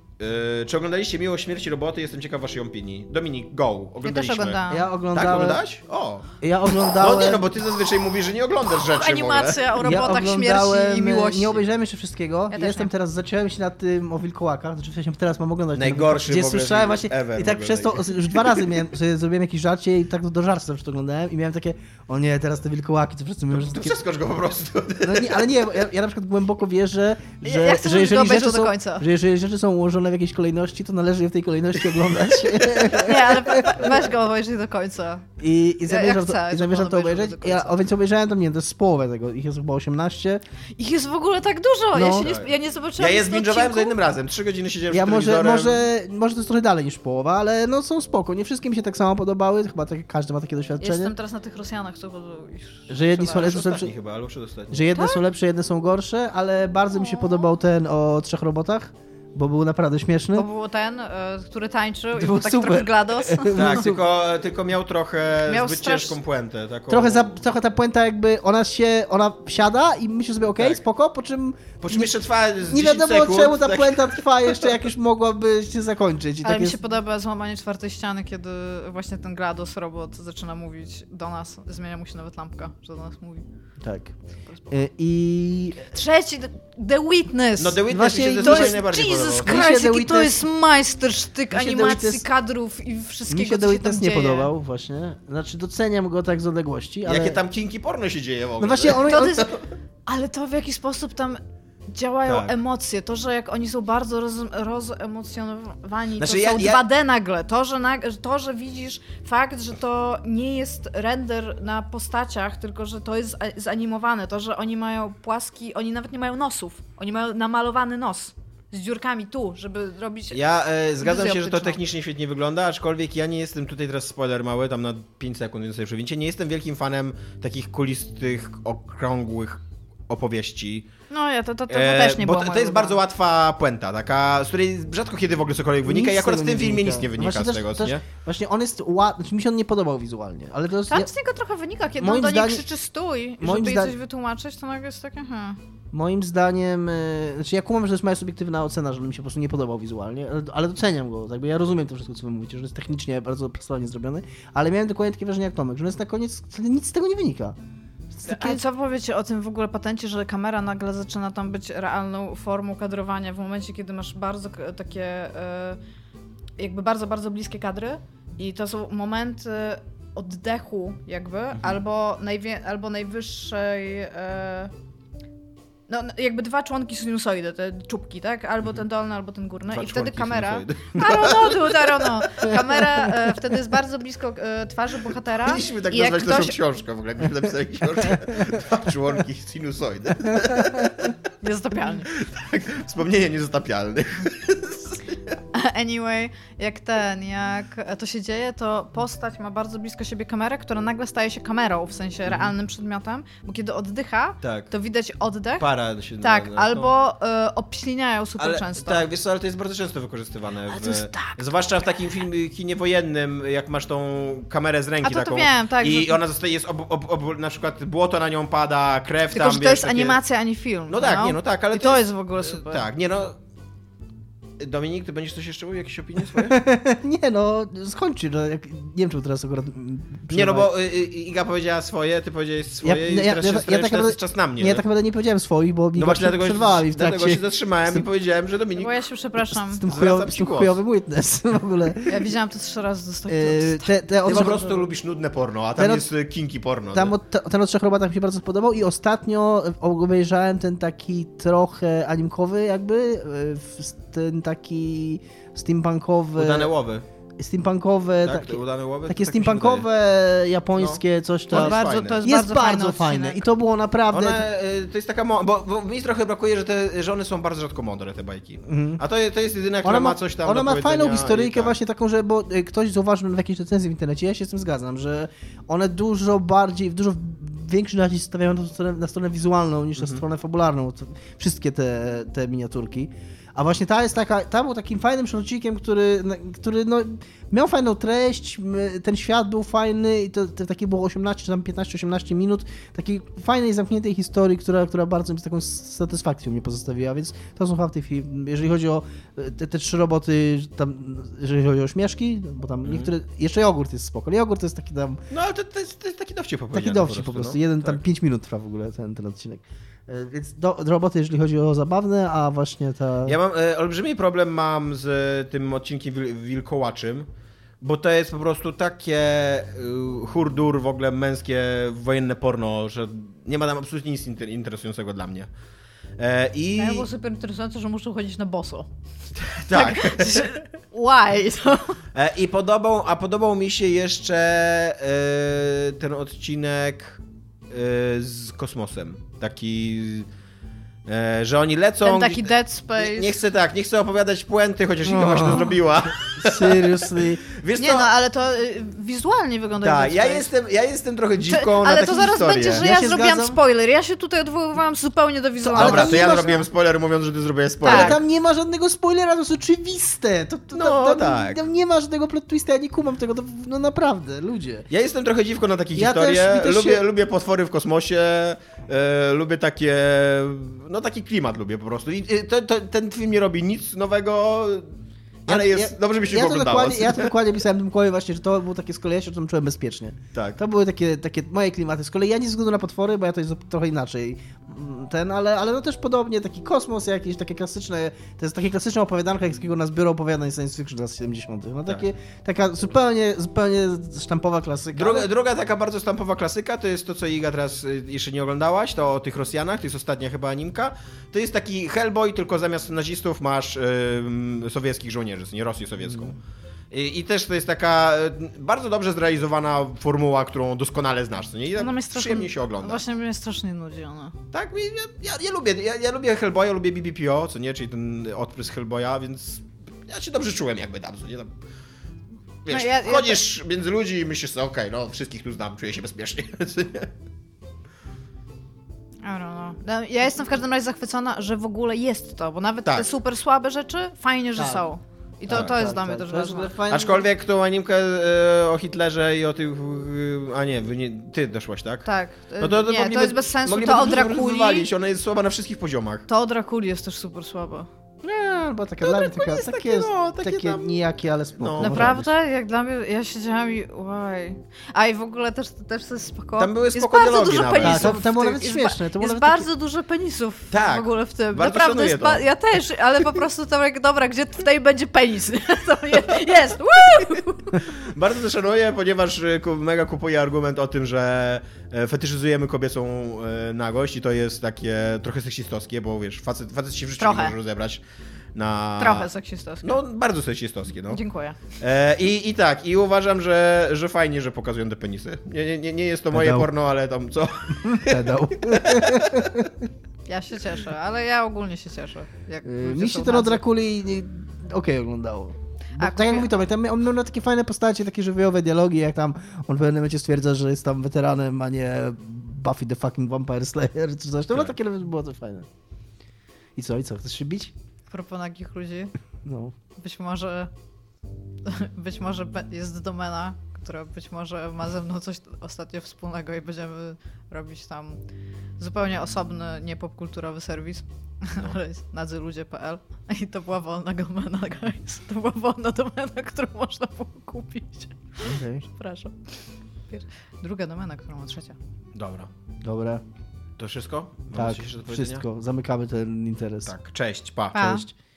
E, czy oglądaliście Miło Śmierci Roboty? Jestem ciekaw waszej opinii. Dominik, go, Ja też oglądaliśmy. oglądałam. Ja Tak, oglądałem... oglądałaś? O. Ja No oglądałem... nie, no bo ty zazwyczaj mówisz, że nie oglądasz rzeczy Animacja o robotach ja śmierci i miłości. Nie obejrzałem jeszcze wszystkiego. też Jestem nie. teraz, zacząłem się nad tym o wilkołakach. Znaczy wcześniej teraz mam oglądać. Najgorszy gdzie w ogóle słyszałem film właśnie ever i w tak ogóle przez to taki. już dwa razy miałem, sobie zrobiłem jakieś żarcie i tak do żarcia zawsze to oglądałem i miałem takie, o nie, teraz te wilkołaki, to wszyscy mówią, że To są takie... przeskocz go po prostu. No nie, ale nie, bo ja, ja na przykład głęboko wierzę, że, Ja- ja chcę, że żebyś go jeżeli obejrzał rzeczy do są, końca. że jeżeli rzeczy są ułożone w jakiejś kolejności, to należy je w tej kolejności oglądać. Nie, ale weź go obejrzyj do końca. I, i zamierzam, ja chcę, to, i żeby zamierzam on to obejrzał obejrzeć. do końca. Ja, o, więc obejrzałem to, nie wiem, to jest z połowę tego, ich jest chyba osiemnaście. Ich jest w ogóle tak dużo, ja No. się nie, sp- ja nie zobaczyłam Ja je nic do zbingowałem za odcinku. jednym razem. Trzy godziny siedziałem Ja przed może, telewizorem. może, może to jest trochę dalej niż połowa, ale no są spoko. Nie wszystkie mi się tak samo podobały, chyba tak, każdy ma takie doświadczenie. Jestem teraz na tych Rosjanach, co chodzą już. Że jedni są przeważnie. lepsi, Ostatni chyba, albo przedostatni. że jedne Tak? są lepsze, jedne są gorsze, ale bardzo mi się O. podobał ten o trzech robotach, bo był naprawdę śmieszny. Bo był ten, e, który tańczył i To był był taki super. trochę GLaDOS. Tak, tylko, tylko miał trochę Miał zbyt strasz- ciężką puentę. Taką... Trochę, za, trochę ta puenta jakby, ona się, ona wsiada i myśli sobie okej, Tak. spoko, po czym Po czym jeszcze trwa z nie dziesięć wiadomo sekund, czemu ta tak. puenta trwa jeszcze jak już mogłaby się zakończyć. I Ale tak mi jest... się podoba złamanie czwartej ściany, kiedy właśnie ten GLaDOS robot zaczyna mówić do nas. Zmienia mu się nawet lampka, że do nas mówi. Tak. Y, I Trzeci, The, the Witness! No The Witness Właśnie mi się to to zazwyczaj jest najbardziej Jesus podobał. Mi się Christ, The jaki to Witness- jest majstersztyk Mi się The animacji, Witness- kadrów i wszystkiego, mi się co The się Witness tam nie dzieje. podobał właśnie. Znaczy doceniam go tak z odległości, ale... Jakie tam kinki porno się dzieje w ogóle. No właśnie on... To on... jest, ale to w jaki sposób tam działają Tak. emocje, to, że jak oni są bardzo roz, rozemocjonowani, Znaczy, to ja- są ja- dwa D nagle, to że, nag, to, że widzisz fakt, że to nie jest render na postaciach, tylko że to jest a- zanimowane, to, że oni mają płaski, oni nawet nie mają nosów, oni mają namalowany nos z dziurkami tu, żeby robić... Ja e, zgadzam Wizję się, że to optyczną. technicznie świetnie wygląda, aczkolwiek ja nie jestem, tutaj teraz spoiler mały, tam na pięć sekund, więc sobie przewincie, nie jestem wielkim fanem takich kulistych, okrągłych opowieści. No ja, to, to, to, to E, też nie bo było to, to moje jest bardzo ulubione. łatwa puenta, taka, z której rzadko kiedy w ogóle cokolwiek wynika Nic i akurat z w tego tym nie filmie wynika. nic nie wynika Właśnie z też- tego, też, nie? Właśnie on jest ładny, znaczy mi się on nie podobał wizualnie, ale to jest... Tam Ja, z niego trochę wynika, kiedy Moim on do niej zdaniem- krzyczy stój, moim żeby jej zda- coś wytłumaczyć, to nagle jest takie, hmm. moim zdaniem... y, Znaczy ja kumam, że to jest moja subiektywna ocena, że on mi się po prostu nie podobał wizualnie, ale, ale doceniam go, jakby ja rozumiem to wszystko, co wy mówicie, że jest technicznie bardzo profesjonalnie zrobiony, ale miałem dokładnie takie wrażenie jak Tomek, że on jest na koniec, nic z tego nie wynika. To jest takie- Ale co powiecie o tym w ogóle patencie, że kamera nagle zaczyna tam być realną formą kadrowania w momencie, kiedy masz bardzo k- takie e, jakby bardzo, bardzo bliskie kadry i to są momenty oddechu jakby, albo, najwie- albo najwyższej e, no no, jakby dwa członki sinusoidy, te czubki, tak? Albo ten dolny, albo ten górny Dwa i wtedy członki kamera sinusoidy. Tarono, tarono. Kamera e, wtedy jest bardzo blisko e, twarzy bohatera. Powinniśmy tak i jak nazwać ktoś... naszą książkę w ogóle, jakbyśmy napisali książkę. Dwa członki sinusoidy. Niezatopialny. Wspomnienie niezatapialnych. Anyway, jak ten, jak to się dzieje, to postać ma bardzo blisko siebie kamerę, która nagle staje się kamerą, w sensie Mhm. realnym przedmiotem, bo kiedy oddycha, Tak. to widać oddech. Para się Tak, no, albo y, obśliniają super ale, często. Tak, wiesz co, ale to jest bardzo często wykorzystywane. Ale W, to jest tak zwłaszcza w takim filmie, kinie wojennym, jak masz tą kamerę z ręki A to to taką. wiem, tak, I że- ona zostaje, jest ob, ob, ob, na przykład błoto na nią pada, krew Tylko, tam, że to wiesz, jest takie... animacja, a nie film. No tak, no? nie, no tak, ale I to jest w ogóle super. Tak, nie no... Dominik, ty będziesz coś jeszcze mówił? Jakieś opinie swoje? Nie no, skończy, no, jak, nie wiem, czy teraz akurat... Nie no, bo y, y, Iga powiedziała swoje, ty powiedziałeś swoje Ja- i ja- teraz ja- się ja zastanawiam, tak czy teraz naprawdę- jest czas na mnie. Nie, ja że- tak naprawdę nie powiedziałem swoich, bo mi No właśnie, dlatego, przerwała mi się, w trakcie... dlatego się zatrzymałem z tym- i powiedziałem, że Dominik... Bo ja się przepraszam. Z tym, Zwracam chujowy, z ci tym głos. chujowym witness w ogóle. Ja widziałam to trzy razy do Yy, te, te Ty od, po prostu lubisz nudne porno, a tam Ten od- jest y, kinky porno. tam tak? od, te, ten od trzech robotach mi się bardzo spodobał i ostatnio obejrzałem ten taki trochę animkowy jakby, yy, w- ten taki steampunkowy... Udane łowy. Steampunkowe, Tak, takie, te udane łowy? takie Tak mi się steampunkowe, japońskie, coś To tam. jest jest bardzo, fajne. to jest Jest bardzo, bardzo fajny fajne odcinek. i to było naprawdę... One, y, to jest taka, mo- bo, bo mi trochę brakuje, że te że one są bardzo rzadko mądre, te bajki. Mhm. A to, je- to jest jedyna, która Ona ma, ma, coś tam ona do ma powiedzenia fajną i historyjkę tak. właśnie taką, że bo y, ktoś zauważył w jakiejś recenzji w internecie, ja się z tym zgadzam, że one dużo bardziej, w dużo większy nacisk stawiają na stronę, na stronę wizualną niż na Mhm. stronę fabularną, to, wszystkie te, te miniaturki. A właśnie ta jest taka, ta był takim fajnym szorcikiem, który, na- który no, miał fajną treść, m, ten świat był fajny i to, to takie było osiemnaście, czy tam piętnaście osiemnaście minut takiej fajnej, zamkniętej historii, która, która bardzo mi z taką satysfakcją mnie pozostawiła, więc to są fakty film. Jeżeli chodzi o te, te trzy roboty, tam, jeżeli chodzi o śmieszki, bo tam niektóre, jeszcze jogurt jest spoko, ale jogurt to jest taki tam, No ale to, to, jest, to jest taki dowcip taki opowiedziany dowcip po prostu, no. jeden Tak. tam pięć minut trwa w ogóle ten, ten odcinek. E, Więc do, do roboty, jeżeli chodzi o zabawne, a właśnie ta... Ja mam e, olbrzymi problem mam z tym odcinkiem wil, wilkołaczym, bo to jest po prostu takie y, hurdur w ogóle męskie wojenne porno, że nie ma tam absolutnie nic inter, interesującego dla mnie. E, I Ja było super interesujące, że muszą chodzić na boso. tak. Why? To... E, I podobał, a podobał mi się jeszcze e, ten odcinek e, z kosmosem. Taki, e, że oni lecą... Ten taki Dead Space. Nie, nie chcę tak, nie chcę opowiadać puenty, chociaż Iga No. właśnie to zrobiła. Seriously. Wiesz Nie co? no, ale to y, wizualnie wygląda Tak, jak ja Dead Space. jestem, ja jestem trochę Czy, dziwką na ale takie to zaraz historie. będzie, że Ja ja, się zrobiłam zgadzam. spoiler. Ja się tutaj odwoływałam zupełnie do wizualnego. Ale Dobra, tam to nie ja masz- zrobiłem spoiler, mówiąc, że ty zrobiłeś spoiler. Ale Tak. tam nie ma żadnego spoilera, to jest oczywiste. To, to, No, tam, tam, tak. tam nie ma żadnego plot twista, ja nie kumam tego, to, no naprawdę, ludzie. Ja jestem trochę dziwką na takie Ja historie. też- mi też lubię, się- lubię potwory w kosmosie, e, lubię takie, no taki klimat lubię po prostu. I e, to, to, ten film nie robi nic nowego, ale jest, ja, dobrze mi się ja go to oglądało. dokładnie, Ja to dokładnie pisałem tym kołem właśnie, że to było takie z kolei, ja się tam czułem bezpiecznie. Tak. To były takie, takie moje klimaty. Z kolei ja nie ze względu na potwory, bo ja to jest trochę inaczej mm, ten, ale, ale no też podobnie taki kosmos jakiś, takie klasyczne, to jest takie klasyczne opowiadanka, jakiego nas biuro opowiadań science fiction z lat siedemdziesiątych. No takie, taka zupełnie, zupełnie sztampowa klasyka. Druga, ale- druga taka bardzo stampowa klasyka to jest to, co Iga teraz y, jeszcze nie oglądałaś, to o tych Rosjanach, to jest ostatnia chyba animka. To jest taki Hellboy, tylko zamiast nazistów masz y, sowieckich żołnierzy, nie Rosję sowiecką. I, I też to jest taka y, bardzo dobrze zrealizowana formuła, którą doskonale znasz, co nie? I Ona mnie tak strasznie, przyjemnie się ogląda. Właśnie mnie strasznie nudzi ona. Tak, ja, ja, ja lubię, ja, ja lubię Hellboya, lubię B B P O, co nie, czyli ten odprysk Hellboya, więc ja się dobrze czułem jakby tam, co nie tam. Wiesz, No ja- ja chodzisz między ludzi i myślisz sobie, okej, no wszystkich tu znam, czuję się bezpiecznie. co nie? I don't know. No, ja jestem w każdym razie zachwycona, że w ogóle jest to, bo nawet Tak. te super słabe rzeczy, fajnie, że Tak. są. I to, Tak, to jest Tak, dla mnie tak, też to jest w ważne. ogóle fajne. Aczkolwiek tą animkę e, o Hitlerze i o tych, e, a nie, wy nie, ty doszłaś, tak? Tak. No to, to nie, mogliby- to jest bez sensu. mogliby To o dużo Drakuli, wywalić, ona jest słaba na wszystkich poziomach. to o Drakuli jest też super słaba. Nie, bo taka dla mnie taka, jest takie, takie, jest, no, takie takie tam- nijakie, ale spoko. No. Naprawdę? Jak dla mnie, ja siedziałam i why? A i w ogóle też, też to jest spoko. Tam były jest spoko bardzo dialogi dużo nawet. penisów. Tak, to- to było w tym- nawet jest śmieszne, ba- to było jest nawet bardzo dużo penisów Tak, w ogóle w tym. bardzo Naprawdę szanuję jest ba- to. ja też, ale po prostu to jak dobra, gdzie tutaj będzie penis? To je- jest! Woo! Bardzo to szanuję, ponieważ e, ku- mega kupuję argument o tym, że e, fetyszyzujemy kobiecą e, nagość i to jest takie trochę seksistowskie, bo wiesz, facet, facet się w życiu Trochę. nie może rozebrać na... Trochę seksistowskie. No, bardzo seksistowskie, no. Dziękuję. E, i, I tak, i uważam, że, że fajnie, że pokazują te penisy. Nie, nie, nie, nie jest to moje Pedał. porno, ale tam co? Pedał. Ja się cieszę, ale ja ogólnie się cieszę. Jak Y, ludzie Mi się są ten o nadzy. Drakuli nie- okej oglądało. Bo, A, tak jak kupię- mówi Tomek, tam on miał takie fajne postacie, takie żywiołowe dialogi, jak tam on w pewnym momencie stwierdza, że jest tam weteranem, a nie Buffy the fucking Vampire Slayer czy coś. To było Tak. takie, było to fajne. I co, i co? Chcesz się bić? A propos nagich ludzi, No. być może być może be- jest domena, która być może ma ze mną coś ostatnio wspólnego i będziemy robić tam zupełnie osobny, nie popkulturowy serwis, ale jest nadzyludzie kropka p l i to była wolna domena, guys. To była wolna domena, którą można było kupić. Okej. Przepraszam. Pier- Druga domena, którą ma trzecia. Dobra. Dobra. To wszystko? Mam Tak, coś jeszcze do powiedzenia? wszystko. Zamykamy ten interes. Tak, cześć, pa. Pa. Cześć.